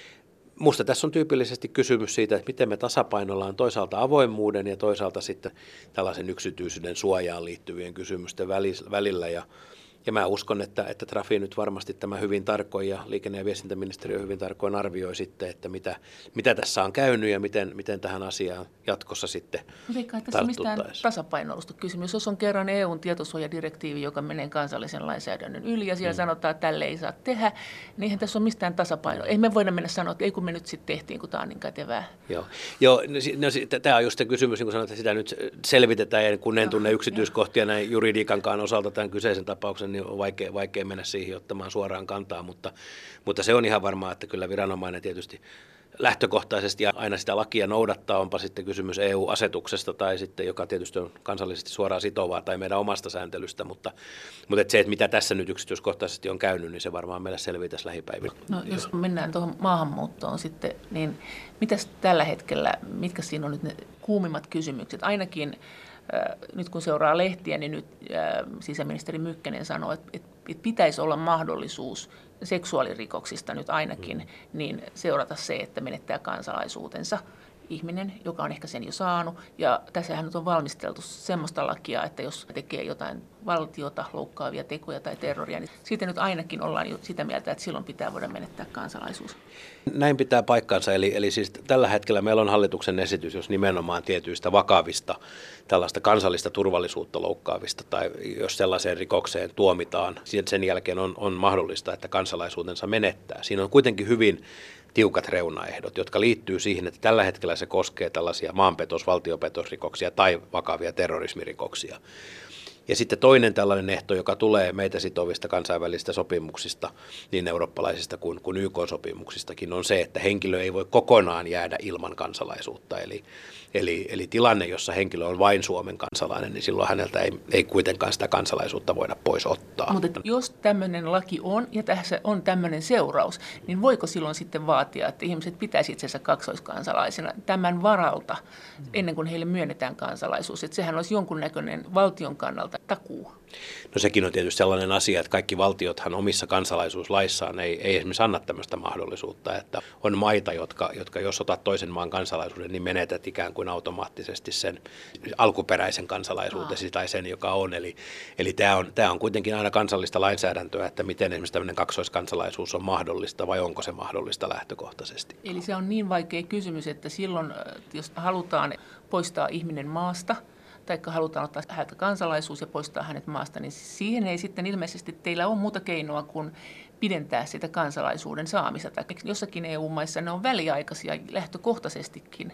Musta tässä on tyypillisesti kysymys siitä, että miten me tasapainoillaan toisaalta avoimuuden ja toisaalta sitten tällaisen yksityisyyden suojaan liittyvien kysymysten välillä. Ja mä uskon, että Trafi nyt varmasti tämä hyvin tarkoin ja liikenne- ja viestintäministeriö hyvin tarkoin arvioi sitten, että mitä tässä on käynyt ja miten tähän asiaan jatkossa sitten tartuttaisiin. Tässä mistään tasapainoilusta kysymys. Jos on kerran EUn tietosuojadirektiivi, joka menee kansallisen lainsäädännön yli ja siellä sanotaan, että tälle ei saa tehdä, niin eihän tässä ole mistään tasapainoa. Ei me voida mennä sanoa, että ei kun me nyt sitten tehtiin, kun tämä on niin kätevää. Joo, tämä on just se kysymys, niin kun sanoit, että sitä nyt selvitetään ja kun en tunne yksityiskohtia näin juridiikankaan osalta tämän kyseisen tapauksen, niin on vaikea mennä siihen ottamaan suoraan kantaa, mutta se on ihan varmaa, että kyllä viranomainen tietysti lähtökohtaisesti aina sitä lakia noudattaa, onpa sitten kysymys EU-asetuksesta tai sitten, joka tietysti on kansallisesti suoraan sitovaa tai meidän omasta sääntelystä, mutta se, että mitä tässä nyt yksityiskohtaisesti on käynyt, niin se varmaan meille selviää tässä lähipäivinä. No, jos mennään tuohon maahanmuuttoon sitten, niin mitäs tällä hetkellä, mitkä siinä on nyt ne kuumimmat kysymykset? Ainakin nyt kun seuraa lehtiä, niin nyt sisäministeri Mykkänen sanoi, että pitäisi olla mahdollisuus seksuaalirikoksista nyt ainakin niin seurata se, että menettää kansalaisuutensa ihminen, joka on ehkä sen jo saanut. Ja tässähän nyt on valmisteltu semmoista lakia, että jos tekee jotain valtiota loukkaavia tekoja tai terroria, niin siitä nyt ainakin ollaan jo sitä mieltä, että silloin pitää voida menettää kansalaisuus. Näin pitää paikkansa. Eli siis tällä hetkellä meillä on hallituksen esitys, jos nimenomaan tietyistä vakavista tällaista kansallista turvallisuutta loukkaavista tai jos sellaiseen rikokseen tuomitaan, sen jälkeen on mahdollista, että kansalaisuutensa menettää. Siinä on kuitenkin hyvin tiukat reunaehdot, jotka liittyy siihen, että tällä hetkellä se koskee tällaisia maanpetos-, valtiopetosrikoksia tai vakavia terrorismirikoksia. Ja sitten toinen tällainen ehto, joka tulee meitä sitovista kansainvälisistä sopimuksista, niin eurooppalaisista kuin YK-sopimuksistakin, on se, että henkilö ei voi kokonaan jäädä ilman kansalaisuutta. Eli tilanne, jossa henkilö on vain Suomen kansalainen, niin silloin häneltä ei kuitenkaan sitä kansalaisuutta voida pois ottaa. Mutta jos tämmöinen laki on ja tässä on tämmöinen seuraus, niin voiko silloin sitten vaatia, että ihmiset pitäisi itse asiassa kaksoiskansalaisena tämän varalta ennen kuin heille myönnetään kansalaisuus? Että sehän olisi jonkunnäköinen valtion kannalta takuu. No sekin on tietysti sellainen asia, että kaikki valtiothan omissa kansalaisuuslaissaan ei esimerkiksi anna tämmöistä mahdollisuutta, että on maita, jotka jos otat toisen maan kansalaisuuden, niin menetät ikään kuin automaattisesti sen alkuperäisen kansalaisuutesi tai sen, joka on. Eli tämä on kuitenkin aina kansallista lainsäädäntöä, että miten esimerkiksi tämmöinen kaksoiskansalaisuus on mahdollista vai onko se mahdollista lähtökohtaisesti. Eli se on niin vaikea kysymys, että silloin, jos halutaan poistaa ihminen maasta, tai halutaan ottaa häneltä kansalaisuus ja poistaa hänet maasta, niin siihen ei sitten ilmeisesti teillä ole muuta keinoa kuin pidentää sitä kansalaisuuden saamista. Tai jossakin EU-maissa ne on väliaikaisia lähtökohtaisestikin,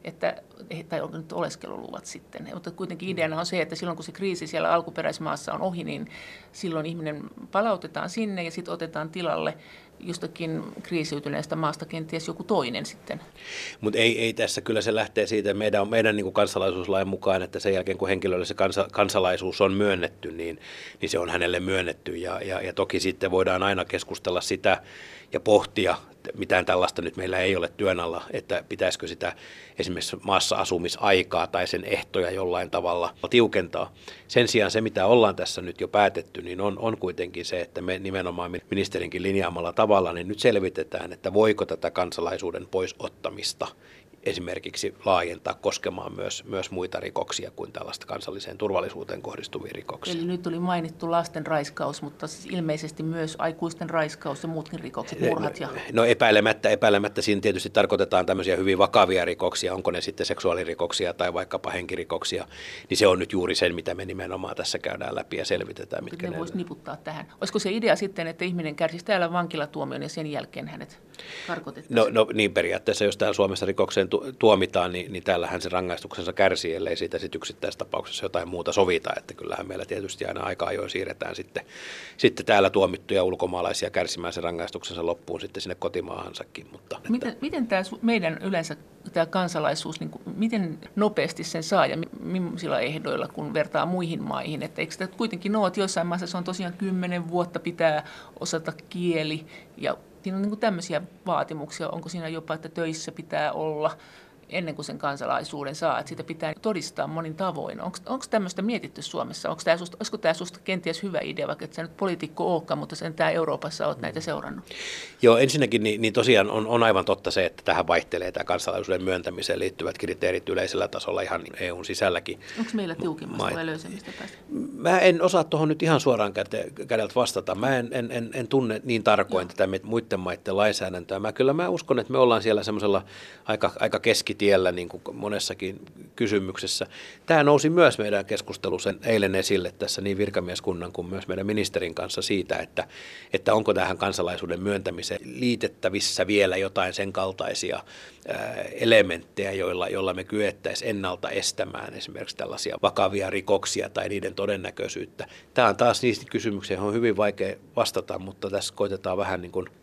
tai onko nyt oleskeluluvat sitten. Mutta kuitenkin ideana on se, että silloin kun se kriisi siellä alkuperäismaassa on ohi, niin silloin ihminen palautetaan sinne ja sitten otetaan tilalle jostakin kriisiytyneestä maasta kenties joku toinen sitten. Mutta ei tässä, kyllä se lähtee siitä, meidän niin kuin kansalaisuuslain mukaan, että sen jälkeen kun henkilölle se kansalaisuus on myönnetty, niin se on hänelle myönnetty. Ja toki sitten voidaan aina keskustella sitä ja pohtia, mitään tällaista nyt meillä ei ole työn alla, että pitäisikö sitä esimerkiksi maassa asumisaikaa tai sen ehtoja jollain tavalla tiukentaa. Sen sijaan se, mitä ollaan tässä nyt jo päätetty, niin on kuitenkin se, että me nimenomaan ministerinkin linjaamalla tavalla, niin nyt selvitetään, että voiko tätä kansalaisuuden poisottamista esimerkiksi laajentaa koskemaan myös muita rikoksia kuin tällaista kansalliseen turvallisuuteen kohdistuvia rikoksia. Eli nyt oli mainittu lasten raiskaus, mutta ilmeisesti myös aikuisten raiskaus ja muutkin rikokset, murhat ja... No epäilemättä siinä tietysti tarkoitetaan tämmöisiä hyvin vakavia rikoksia, onko ne sitten seksuaalirikoksia tai vaikkapa henkirikoksia, niin se on nyt juuri sen, mitä me nimenomaan tässä käydään läpi ja selvitetään. Mitkä ne voisi niputtaa tähän. Olisiko se idea sitten, että ihminen kärsisi täällä vankilatuomion ja sen jälkeen hänet karkotettaisiin? No niin, periaatteessa, jos täällä Suomessa rikokseen tuomitaan, niin täällähän se rangaistuksensa kärsii, ellei siitä sitten yksittäistapauksessa jotain muuta sovita, että kyllähän meillä tietysti aina aika ajoin siirretään sitten täällä tuomittuja ulkomaalaisia kärsimään sen rangaistuksensa loppuun sitten sinne kotimaahansakin. Mutta, miten tämä meidän yleensä tämä kansalaisuus, niin kuin, miten nopeasti sen saa ja millaisilla ehdoilla, kun vertaa muihin maihin, että eikö sitä kuitenkin ole, että joissain maissa se on tosiaan 10 vuotta pitää osata kieli ja siinä on niin kuin tämmöisiä vaatimuksia. Onko siinä jopa, että töissä pitää olla ennen kuin sen kansalaisuuden saa, että sitä pitää todistaa monin tavoin. Onko tämmöistä mietitty Suomessa? Olisiko tämä susta kenties hyvä idea, vaikka et sä nyt poliitikko olekaan, mutta sen tää Euroopassa olet näitä seurannut? Joo, ensinnäkin niin tosiaan on aivan totta se, että tähän vaihtelee tämä kansalaisuuden myöntämiseen liittyvät kriteerit yleisellä tasolla ihan EUn sisälläkin. Onko meillä tiukimmasta vai löysemmistä päästä? Mä en osaa tuohon nyt ihan suoraan kädeltä vastata. Mä en tunne niin tarkoin tätä muiden maiden lainsäädäntöä. Mä uskon, että me ollaan siellä semmoisella aika keskitiellä niin kuin monessakin kysymyksessä. Tämä nousi myös meidän keskustelussa eilen esille tässä niin virkamieskunnan kuin myös meidän ministerin kanssa siitä, että onko tähän kansalaisuuden myöntämiseen liitettävissä vielä jotain sen kaltaisia elementtejä, joilla me kyettäisiin ennalta estämään esimerkiksi tällaisia vakavia rikoksia tai niiden todennäköisyyttä. Tämä on taas niistä kysymyksiä, joihin on hyvin vaikea vastata, mutta tässä koitetaan vähän niin kuin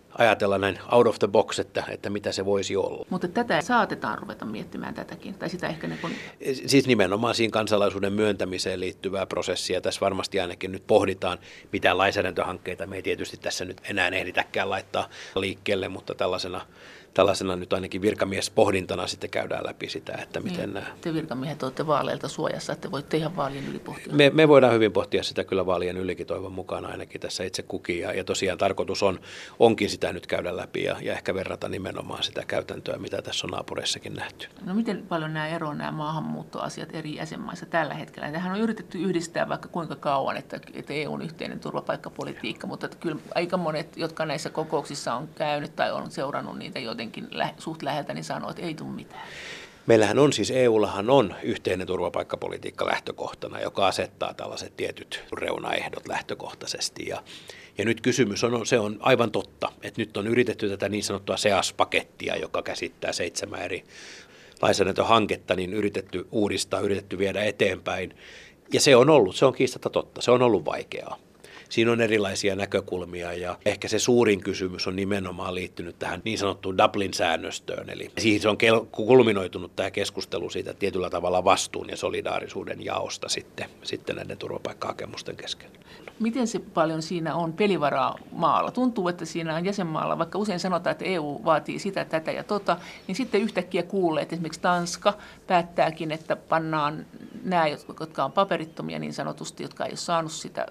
ajatella näin out of the box, että mitä se voisi olla. Mutta tätä saatetaan ruveta miettimään tätäkin, tai sitä ehkä Siis nimenomaan siinä kansalaisuuden myöntämiseen liittyvää prosessia. Tässä varmasti ainakin nyt pohditaan, mitä lainsäädäntöhankkeita me ei tietysti tässä nyt enää ehditäkään laittaa liikkeelle, mutta tällaisena nyt ainakin virkamiespohdintana sitten käydään läpi sitä, että miten nämä... Te virkamiehet olette vaaleilta suojassa, että voitte ihan vaalien yli pohtia. Me voidaan hyvin pohtia sitä kyllä vaalien ylikin toivon mukaan ainakin tässä itse kukin. Ja tosiaan tarkoitus onkin sitä nyt käydä läpi ja ehkä verrata nimenomaan sitä käytäntöä, mitä tässä on naapureissakin nähty. No miten paljon nämä maahanmuuttoasiat eri jäsenmaissa tällä hetkellä? Tähän on yritetty yhdistää vaikka kuinka kauan, että EUn yhteinen turvapaikkapolitiikka, mutta että kyllä aika monet, jotka näissä kokouksissa on käynyt tai on seurannut niitä jotenkin suht läheltä, niin sanoo, että ei tule mitään. Meillähän on siis, EUllahan on yhteinen turvapaikkapolitiikka lähtökohtana, joka asettaa tällaiset tietyt reunaehdot lähtökohtaisesti. Ja nyt kysymys se on aivan totta, että nyt on yritetty tätä niin sanottua SEAS-pakettia, joka käsittää 7 eri lainsäädäntöhanketta, niin yritetty uudistaa, yritetty viedä eteenpäin. Ja se on kiistatta totta, se on ollut vaikeaa. Siinä on erilaisia näkökulmia ja ehkä se suurin kysymys on nimenomaan liittynyt tähän niin sanottuun Dublin-säännöstöön. Eli siihen se on kulminoitunut tämä keskustelu siitä tietyllä tavalla vastuun ja solidaarisuuden jaosta sitten näiden turvapaikkahakemusten kesken. Miten se paljon siinä on pelivaraa maalla? Tuntuu, että siinä on jäsenmaalla, vaikka usein sanotaan, että EU vaatii sitä, tätä ja niin sitten yhtäkkiä kuulee, että esimerkiksi Tanska päättääkin, että pannaan nämä, jotka on paperittomia niin sanotusti, jotka ei ole saanut sitä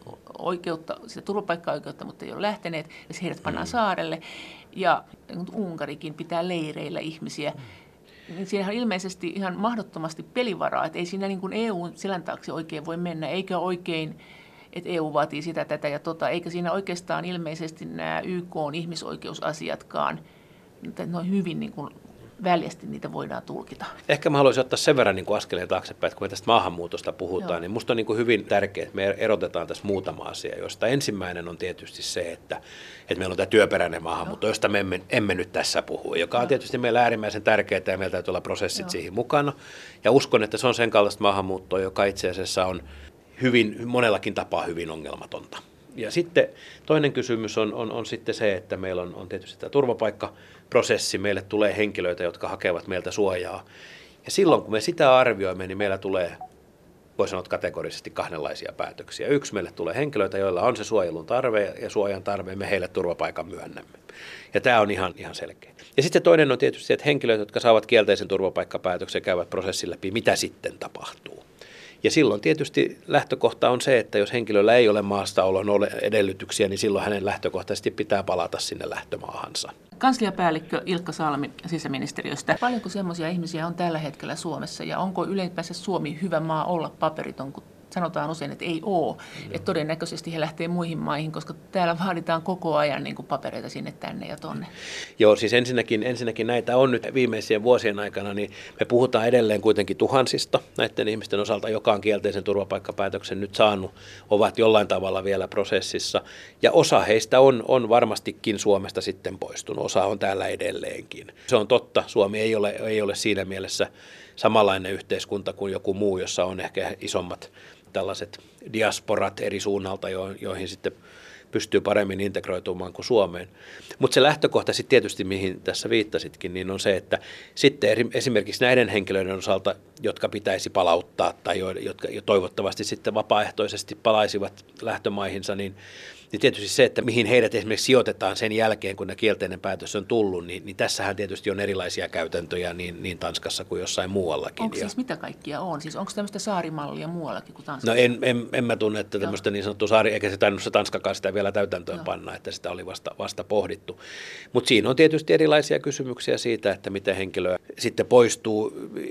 turvapaikka-oikeutta, mutta ei ole lähteneet, ja heidät pannaan saarelle. Ja Unkarikin pitää leireillä ihmisiä. Siinähän on ilmeisesti ihan mahdottomasti pelivaraa, että ei siinä niin kuin EUn selän taakse oikein voi mennä, eikä oikein, että EU vaatii sitä, tätä ja eikä siinä oikeastaan ilmeisesti nämä YK:n ihmisoikeusasiatkaan, noin hyvin niin kuin väljästi niitä voidaan tulkita. Ehkä mä haluaisin ottaa sen verran niin kuin askeleen taaksepäin, että kun me tästä maahanmuutosta puhutaan, niin musta on niin kuin hyvin tärkeää, että me erotetaan tässä muutama asia, josta ensimmäinen on tietysti se, että meillä on tämä työperäinen maahanmuutto, josta me emme nyt tässä puhu, joka on tietysti meillä äärimmäisen tärkeää ja meillä täytyy olla prosessit siihen mukana. Ja uskon, että se on sen kaltaista maahanmuuttoa, joka itse asiassa on monellakin tapaa hyvin ongelmatonta. Ja sitten toinen kysymys on sitten se, että meillä on tietysti tämä turvapaikkaprosessi, meille tulee henkilöitä, jotka hakevat meiltä suojaa. Ja silloin kun me sitä arvioimme, niin meillä tulee, voi sanoa kategorisesti, kahdenlaisia päätöksiä. Yksi, meille tulee henkilöitä, joilla on se suojelun tarve ja suojan tarve, me heille turvapaikan myönnämme. Ja tämä on ihan selkeä. Ja sitten toinen on tietysti, että henkilöt, jotka saavat kielteisen turvapaikkapäätöksen, käyvät prosessin läpi, mitä sitten tapahtuu. Ja silloin tietysti lähtökohta on se, että jos henkilöllä ei ole maastaolon edellytyksiä, niin silloin hänen lähtökohtaisesti pitää palata sinne lähtömaahansa. Kansliapäällikkö Ilkka Salmi sisäministeriöstä. Paljonko semmoisia ihmisiä on tällä hetkellä Suomessa ja onko ylipäänsä Suomi hyvä maa olla paperiton, kun sanotaan usein, että ei ole. Että todennäköisesti he lähtee muihin maihin, koska täällä vaaditaan koko ajan niin kuin papereita sinne, tänne ja tonne. Joo, siis ensinnäkin näitä on nyt viimeisien vuosien aikana, niin me puhutaan edelleen kuitenkin tuhansista näiden ihmisten osalta, joka on kielteisen turvapaikkapäätöksen nyt saanut, ovat jollain tavalla vielä prosessissa. Ja osa heistä on varmastikin Suomesta sitten poistunut, osa on täällä edelleenkin. Se on totta, Suomi ei ole siinä mielessä samanlainen yhteiskunta kuin joku muu, jossa on ehkä isommat tällaiset diasporat eri suunnalta, joihin sitten pystyy paremmin integroitumaan kuin Suomeen. Mutta se lähtökohta sitten tietysti, mihin tässä viittasitkin, niin on se, että sitten esimerkiksi näiden henkilöiden osalta, jotka pitäisi palauttaa tai jotka toivottavasti sitten vapaaehtoisesti palaisivat lähtömaihinsa, niin tietysti se, että mihin heidät esimerkiksi sijoitetaan sen jälkeen, kun kielteinen päätös on tullut, niin tässähän tietysti on erilaisia käytäntöjä niin Tanskassa kuin jossain muuallakin. Onko siis mitä kaikkia on? Siis onko tämmöistä saarimallia muuallakin kuin Tanskassa? No en mä tunne, että tämmöistä niin sanottua saari, eikä se tainnut se Tanskakaan sitä vielä täytäntöön panna, että sitä oli vasta pohdittu. Mutta siinä on tietysti erilaisia kysymyksiä siitä, että miten henkilöä sitten poistuu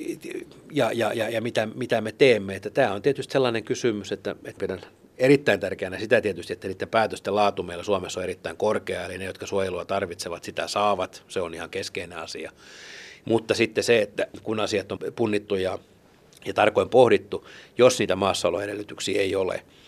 ja mitä me teemme. Että tämä on tietysti sellainen kysymys, että pidän erittäin tärkeänä sitä tietysti, että niiden päätösten laatu meillä Suomessa on erittäin korkea, eli ne, jotka suojelua tarvitsevat, sitä saavat. Se on ihan keskeinen asia. Mutta sitten se, että kun asiat on punnittu ja tarkoin pohdittu, jos niitä maassaoloedellytyksiä ei ole,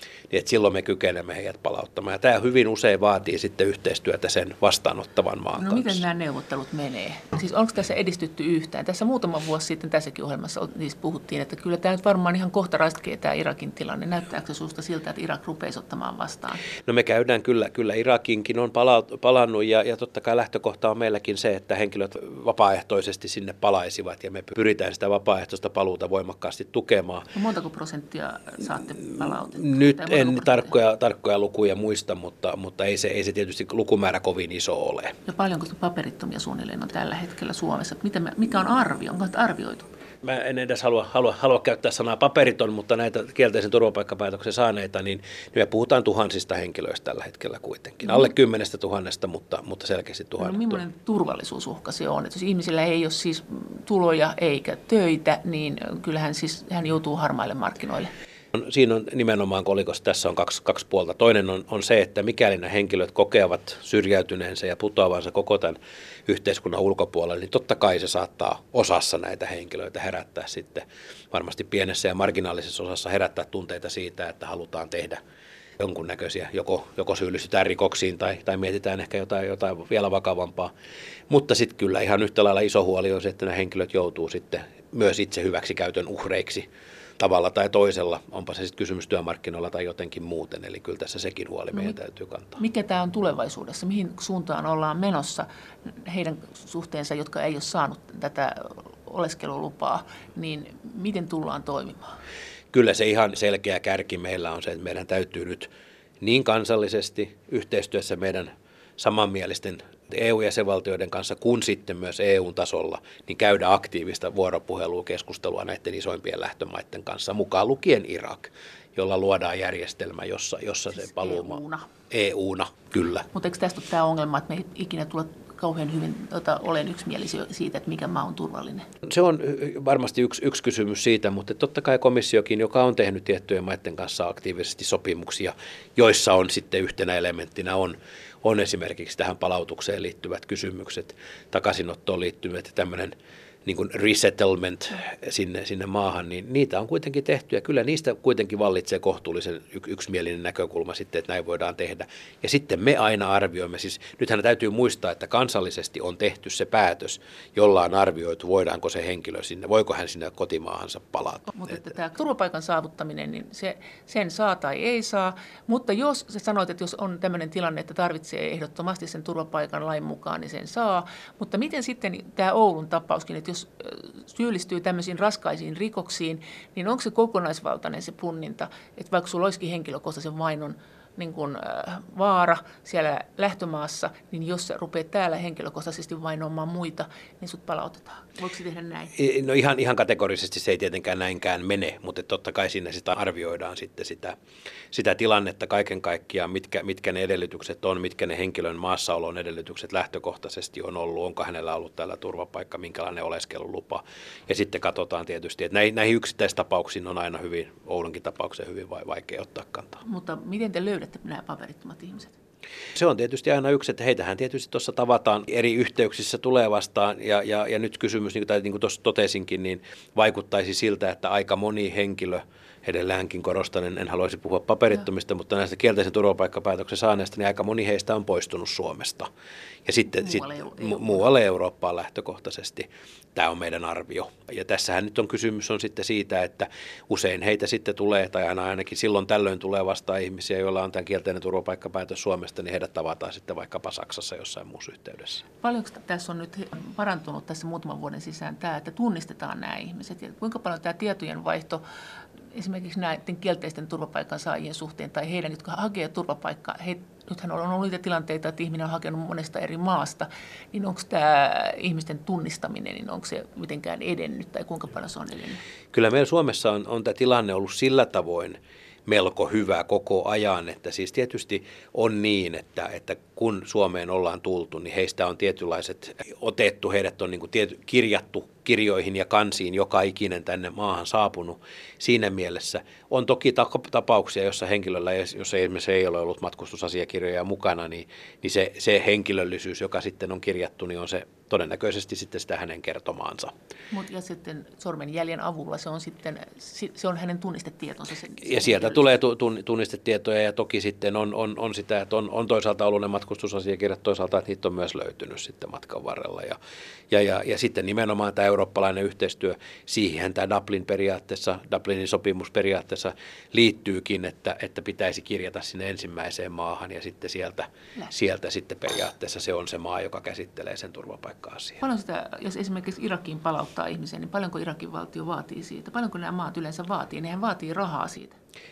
niin että silloin me kykenemme heidät palauttamaan. Ja tämä hyvin usein vaatii sitten yhteistyötä sen vastaanottavan maan kanssa. Miten nämä neuvottelut menee? Siis onko tässä edistytty yhtään? Tässä muutama vuosi sitten tässäkin ohjelmassa puhuttiin, että kyllä tämä nyt varmaan ihan kohta ratkee tämä Irakin tilanne. Näyttääkö se susta siltä, että Irak rupeisi ottamaan vastaan? No me käydään kyllä Irakinkin on palannut ja totta kai lähtökohta on meilläkin se, että henkilöt vapaaehtoisesti sinne palaisivat ja me pyritään sitä vapaaehtoista paluuta voimakkaasti tukemaan. No montako prosenttia saatte palautettua? Nyt en tarkkoja lukuja muista, mutta ei se tietysti lukumäärä kovin iso ole. Ja paljonko paperittomia suunnilleen on tällä hetkellä Suomessa? Mikä on arvio? Onko arvioitu? Mä en edes halua käyttää sanaa paperiton, mutta näitä kielteisen turvapaikkapäätöksen saaneita, niin me puhutaan tuhansista henkilöistä tällä hetkellä kuitenkin. Alle 10 000, mutta selkeästi tuhannet. No millainen turvallisuusuhka se on? Että jos ihmisillä ei ole siis tuloja eikä töitä, niin kyllähän siis hän joutuu harmaille markkinoille. Siinä on nimenomaan kolikossa, tässä on kaksi puolta. Toinen on se, että mikäli nämä henkilöt kokevat syrjäytyneensä ja putoavansa koko tämän yhteiskunnan ulkopuolelle, niin totta kai se saattaa osassa näitä henkilöitä herättää sitten, varmasti pienessä ja marginaalisessa osassa herättää tunteita siitä, että halutaan tehdä jonkunnäköisiä, joko syyllistytään rikoksiin tai mietitään ehkä jotain vielä vakavampaa. Mutta sitten kyllä ihan yhtä lailla iso huoli on se, että nämä henkilöt joutuu sitten myös itse hyväksikäytön uhreiksi tavalla tai toisella, onpa se sitten kysymys työmarkkinoilla tai jotenkin muuten, eli kyllä tässä sekin huoli meidän täytyy kantaa. Mikä tämä on tulevaisuudessa? Mihin suuntaan ollaan menossa heidän suhteensa, jotka ei ole saanut tätä oleskelulupaa, niin miten tullaan toimimaan? Kyllä se ihan selkeä kärki meillä on se, että meidän täytyy nyt niin kansallisesti yhteistyössä meidän samanmielisten EU-jäsenvaltioiden kanssa kuin sitten myös EU-tasolla, niin käydä aktiivista vuoropuhelua, keskustelua näiden isoimpien lähtömaiden kanssa, mukaan lukien Irak, jolla luodaan järjestelmä, jossa se paluuma EU:na, kyllä. Mutta eikö tästä ole tämä ongelma, että me ei ikinä tule kauhean hyvin olen yksimielisiä siitä, että mikä maa on turvallinen? Se on varmasti yksi kysymys siitä, mutta totta kai komissiokin, joka on tehnyt tiettyjen maiden kanssa aktiivisesti sopimuksia, joissa on sitten yhtenä elementtinä on esimerkiksi tähän palautukseen liittyvät kysymykset, takaisinottoon liittyvät tämmöinen niin kuin resettlement sinne maahan, niin niitä on kuitenkin tehty ja kyllä niistä kuitenkin vallitsee kohtuullisen yksimielinen näkökulma sitten, että näin voidaan tehdä. Ja sitten me aina arvioimme, siis nythän täytyy muistaa, että kansallisesti on tehty se päätös, jolla on arvioitu, voidaanko se henkilö sinne, voiko hän sinne kotimaahansa palata. Mutta että tämä turvapaikan saavuttaminen, niin sen saa tai ei saa, mutta jos sä sanoit, että jos on tämmöinen tilanne, että tarvitsee ehdottomasti sen turvapaikan lain mukaan, niin sen saa, mutta miten sitten tämä Oulun tapauskin, että jos syyllistyy tämmöisiin raskaisiin rikoksiin, niin onko se kokonaisvaltainen se punninta, että vaikka sulla olisikin henkilökohtaisen vainon niin kuin vaara siellä lähtömaassa, niin jos sä rupeat täällä henkilökohtaisesti vainoamaan muita, niin sut palautetaan. Voiko se tehdä näin? No ihan kategorisesti se ei tietenkään näinkään mene, mutta totta kai siinä sitä arvioidaan sitten sitä tilannetta kaiken kaikkiaan, mitkä ne edellytykset on, mitkä ne henkilön maassaolon edellytykset lähtökohtaisesti on ollut, onko hänellä ollut täällä turvapaikka, minkälainen oleskelulupa. Ja sitten katsotaan tietysti, että näihin yksittäistapauksiin on aina hyvin, Oulunkin tapaukseen hyvin vaikea ottaa kantaa. Mutta miten te löydätte nämä paperittomat ihmiset? Se on tietysti aina yksi, että heitähän tietysti tuossa tavataan eri yhteyksissä tulee vastaan ja nyt kysymys, niin kuin tuossa totesinkin, niin vaikuttaisi siltä, että aika moni henkilö, edelläänkin korostan, en haluaisi puhua paperittomista, mutta näistä kielteisen turvapaikkapäätöksen saaneista, niin aika moni heistä on poistunut Suomesta. Ja sitten muualle Eurooppaan lähtökohtaisesti. Tämä on meidän arvio. Ja tässähän nyt on kysymys on sitten siitä, että usein heitä sitten tulee, tai ainakin silloin tällöin tulee vastaan ihmisiä, joilla on tämä kielteinen turvapaikkapäätös Suomesta, niin heidät tavataan sitten vaikkapa Saksassa jossain muussa yhteydessä. Paljonko tässä on nyt parantunut tässä muutaman vuoden sisään tämä, että tunnistetaan nämä ihmiset? Ja kuinka paljon tämä tietojen vaihto esimerkiksi näiden kielteisten turvapaikan saajien suhteen tai heidän, jotka hakee turvapaikkaa, nythän on ollut niitä tilanteita, että ihminen on hakenut monesta eri maasta, niin onko tämä ihmisten tunnistaminen, niin onko se mitenkään edennyt tai kuinka paljon se on edennyt? Kyllä meillä Suomessa on tämä tilanne ollut sillä tavoin melko hyvä koko ajan, että siis tietysti on niin, että kun Suomeen ollaan tultu, niin heistä on tietynlaiset otettu, heidät on niin kuin kirjattu kirjoihin ja kansiin joka ikinen tänne maahan saapunut siinä mielessä. On toki tapauksia, jossa henkilöllä, jos esimerkiksi ei ole ollut matkustusasiakirjoja mukana, niin se henkilöllisyys, joka sitten on kirjattu, niin on se todennäköisesti sitten sitä hänen kertomaansa. Mutta ja sitten sormenjäljen avulla se on hänen tunnistetietonsa. Ja sieltä tulee tunnistetietoja ja toki sitten on sitä, että on toisaalta ollut ne matkustusasiakirjat, toisaalta että niitä on myös löytynyt sitten matkan varrella. Ja sitten nimenomaan tämä eurooppalainen yhteistyö, siihen tämä Dublinin sopimus periaatteessa liittyykin, että pitäisi kirjata sinne ensimmäiseen maahan ja sitten sieltä sitten periaatteessa se on se maa, joka käsittelee sen turvapaikka-asian. Paljon sitä, jos esimerkiksi Irakiin palauttaa ihmisen, niin paljonko Irakin valtio vaatii siitä? Paljonko nämä maat yleensä vaatii? Nehän vaatii rahaa siitä.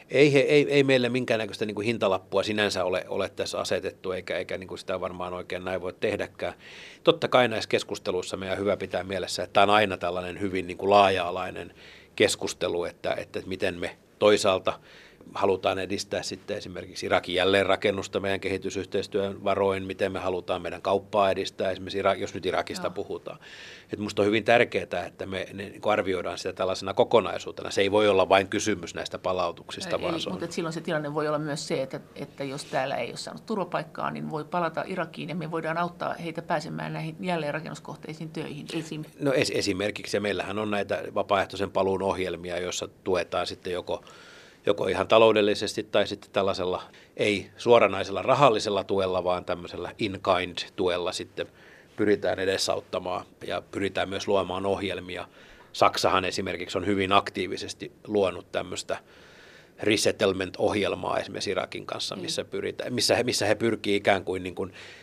Ei meille minkäännäköistä niin kuin hintalappua sinänsä ole tässä asetettu, eikä niin kuin sitä varmaan oikein näin voi tehdäkään. Totta kai näissä keskusteluissa meidän on hyvä pitää mielessä, että tämä on aina tällainen hyvin niin kuin laaja-alainen keskustelu, että miten me toisaalta halutaan edistää sitten esimerkiksi Irakin jälleenrakennusta meidän kehitysyhteistyön varoin, miten me halutaan meidän kauppaa edistää, esimerkiksi jos nyt Irakista puhutaan. Minusta on hyvin tärkeää, että me arvioidaan sitä tällaisena kokonaisuutena. Se ei voi olla vain kysymys näistä palautuksista. Mutta silloin se tilanne voi olla myös se, että jos täällä ei ole saanut turvapaikkaa, niin voi palata Irakiin ja me voidaan auttaa heitä pääsemään näihin jälleenrakennuskohteisiin töihin. No esimerkiksi, ja meillähän on näitä vapaaehtoisen paluun ohjelmia, joissa tuetaan sitten joko ihan taloudellisesti tai sitten tällaisella ei suoranaisella rahallisella tuella, vaan tämmöisellä in-kind-tuella sitten pyritään edesauttamaan ja pyritään myös luomaan ohjelmia. Saksahan esimerkiksi on hyvin aktiivisesti luonut tämmöistä resettlement-ohjelmaa esimerkiksi Irakin kanssa, missä he pyrkii ikään kuin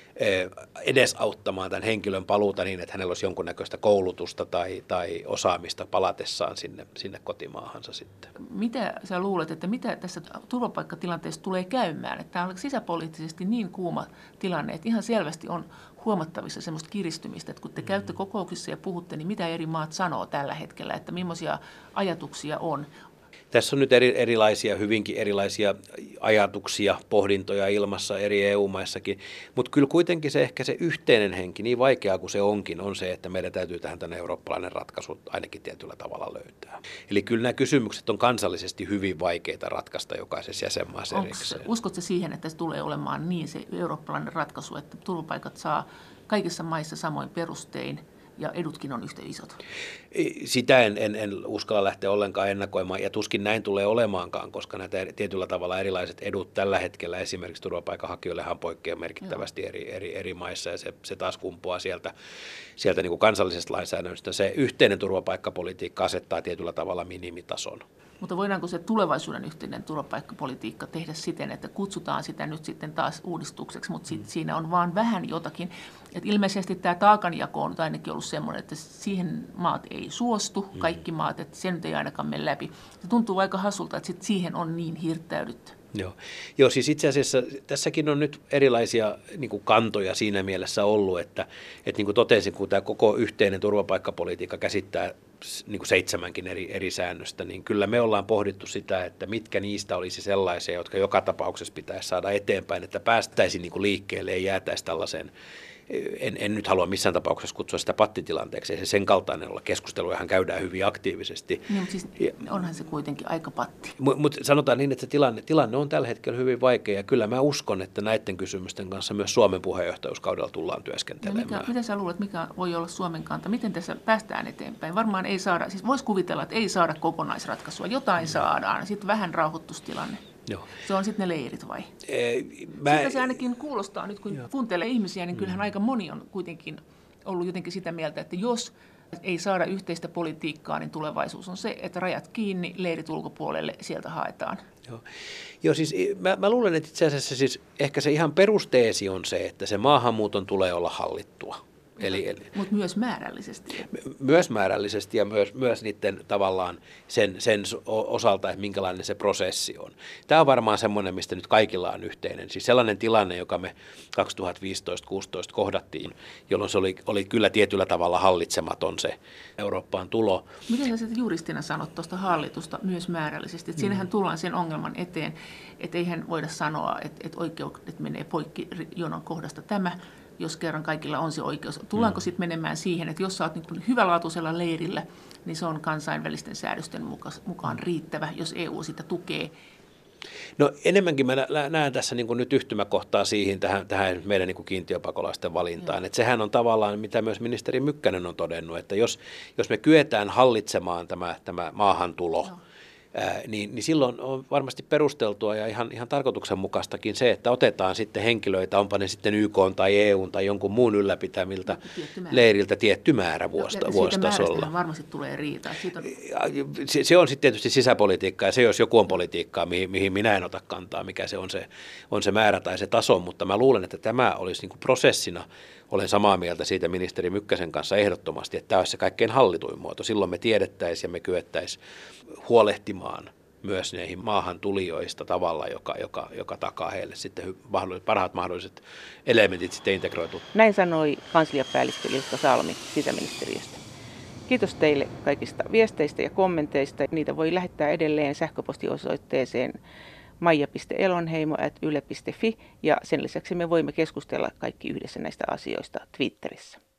edesauttamaan tämän henkilön paluuta niin, että hänellä olisi jonkunnäköistä koulutusta tai osaamista palatessaan sinne kotimaahansa sitten. Mitä sä luulet, että mitä tässä turvapaikkatilanteessa tulee käymään? Että tämä on sisäpoliittisesti niin kuuma tilanne, että ihan selvästi on huomattavissa semmoista kiristymistä, että kun te käytte kokouksissa ja puhutte, niin mitä eri maat sanoo tällä hetkellä, että millaisia ajatuksia on? Tässä on nyt hyvinkin erilaisia ajatuksia, pohdintoja ilmassa eri EU-maissakin, mutta kyllä kuitenkin se yhteinen henki, niin vaikeaa kuin se onkin, on se, että meidän täytyy tähän tänne eurooppalainen ratkaisu ainakin tietyllä tavalla löytää. Eli kyllä nämä kysymykset on kansallisesti hyvin vaikeita ratkaista jokaisessa jäsenmaassa erikseen. Uskotko siihen, että se tulee olemaan niin se eurooppalainen ratkaisu, että turvapaikat saa kaikissa maissa samoin perustein? Ja edutkin on yhtä isot. Sitä en uskalla lähteä ollenkaan ennakoimaan, ja tuskin näin tulee olemaankaan, koska näitä tietyllä tavalla erilaiset edut tällä hetkellä esimerkiksi turvapaikanhakijoillehan poikkeaa merkittävästi eri maissa, ja se taas kumpuaa sieltä niin kuin kansallisesta lainsäädännöstä. Se yhteinen turvapaikkapolitiikka asettaa tietyllä tavalla minimitason. Mutta voidaanko se tulevaisuuden yhteinen turvapaikkapolitiikka tehdä siten, että kutsutaan sitä nyt sitten taas uudistukseksi, mutta siinä on vaan vähän jotakin. Et ilmeisesti tämä taakanjako on ainakin ollut semmoinen, että siihen maat ei suostu, kaikki maat, että se nyt ei ainakaan mene läpi. Se tuntuu aika hassulta, että siihen on niin hirttäydytty. Joo, siis itse asiassa tässäkin on nyt erilaisia niin kuin kantoja siinä mielessä ollut, että niin kuin totesin, kun tämä koko yhteinen turvapaikkapolitiikka käsittää niin kuin 7 eri säännöstä, niin kyllä me ollaan pohdittu sitä, että mitkä niistä olisi sellaisia, jotka joka tapauksessa pitäisi saada eteenpäin, että päästäisiin niin kuin liikkeelle, ei jäätäisi tällaiseen. En nyt halua missään tapauksessa kutsua sitä pattitilanteeksi, ei se sen kaltainen olla. Keskustelujahan käydään hyvin aktiivisesti. Niin, mutta siis onhan se kuitenkin aika patti. Mutta sanotaan niin, että se tilanne on tällä hetkellä hyvin vaikea, ja kyllä mä uskon, että näiden kysymysten kanssa myös Suomen puheenjohtajuuskaudella tullaan työskentelemään. Mitä sä luulet, mikä voi olla Suomen kanta? Miten tässä päästään eteenpäin? Varmaan ei saada, siis voisi kuvitella, että ei saada kokonaisratkaisua. Jotain saadaan, sitten vähän rauhoitustilanne. Joo. Se on sitten ne leirit vai? Sitä se ainakin kuulostaa nyt, kun kuuntelee ihmisiä, niin kyllähän aika moni on kuitenkin ollut jotenkin sitä mieltä, että jos ei saada yhteistä politiikkaa, niin tulevaisuus on se, että rajat kiinni, leirit ulkopuolelle, sieltä haetaan. Joo, siis mä luulen, että itse asiassa siis ehkä se ihan perusteesi on se, että se maahanmuuton tulee olla hallittua. Mutta myös määrällisesti. Myös määrällisesti ja myös niiden tavallaan sen osalta, että minkälainen se prosessi on. Tämä on varmaan semmoinen, mistä nyt kaikilla on yhteinen. Siis sellainen tilanne, joka me 2015-2016 kohdattiin, jolloin se oli kyllä tietyllä tavalla hallitsematon se Eurooppaan tulo. Miten sä juristina sanot tuosta hallitusta myös määrällisesti? Että siinähän tullaan sen ongelman eteen, että eihän voida sanoa, että oikeudet menee poikki jonon kohdasta tämä, jos kerran kaikilla on se oikeus. Tullaanko sitten menemään siihen, että jos sä oot niin hyvälaatuisella leirillä, niin se on kansainvälisten säädösten mukaan riittävä, jos EU sitä tukee. No enemmänkin mä näen tässä niin kuin nyt yhtymäkohtaa siihen tähän meidän niin kuin kiintiöpakolaisten valintaan. Että sehän on tavallaan, mitä myös ministeri Mykkänen on todennut, että jos me kyetään hallitsemaan tämä maahantulo, niin silloin on varmasti perusteltua ja ihan tarkoituksenmukaistakin se, että otetaan sitten henkilöitä, onpa ne sitten YK tai EU tai jonkun muun ylläpitämiltä leiriltä tietty määrä vuositasolla. Siitä varmasti tulee riita. Se on sitten tietysti sisäpolitiikkaa ja se jos joku on politiikkaa, mihin minä en ota kantaa, mikä se on se määrä tai se taso, mutta mä luulen, että tämä olisi niin kuin prosessina. Olen samaa mieltä siitä ministeri Mykkäsen kanssa ehdottomasti, että tämä olisi se kaikkein hallituin muoto. Silloin me tiedettäisiin ja me kyettäisiin huolehtimaan myös näihin maahantulijoista tavalla, joka takaa heille sitten parhaat mahdolliset elementit sitten integroitua. Näin sanoi kansliapäällikkö Ilkka Salmi sisäministeriöstä. Kiitos teille kaikista viesteistä ja kommenteista. Niitä voi lähettää edelleen sähköpostiosoitteeseen maija.elonheimo@yle.fi ja sen lisäksi me voimme keskustella kaikki yhdessä näistä asioista Twitterissä.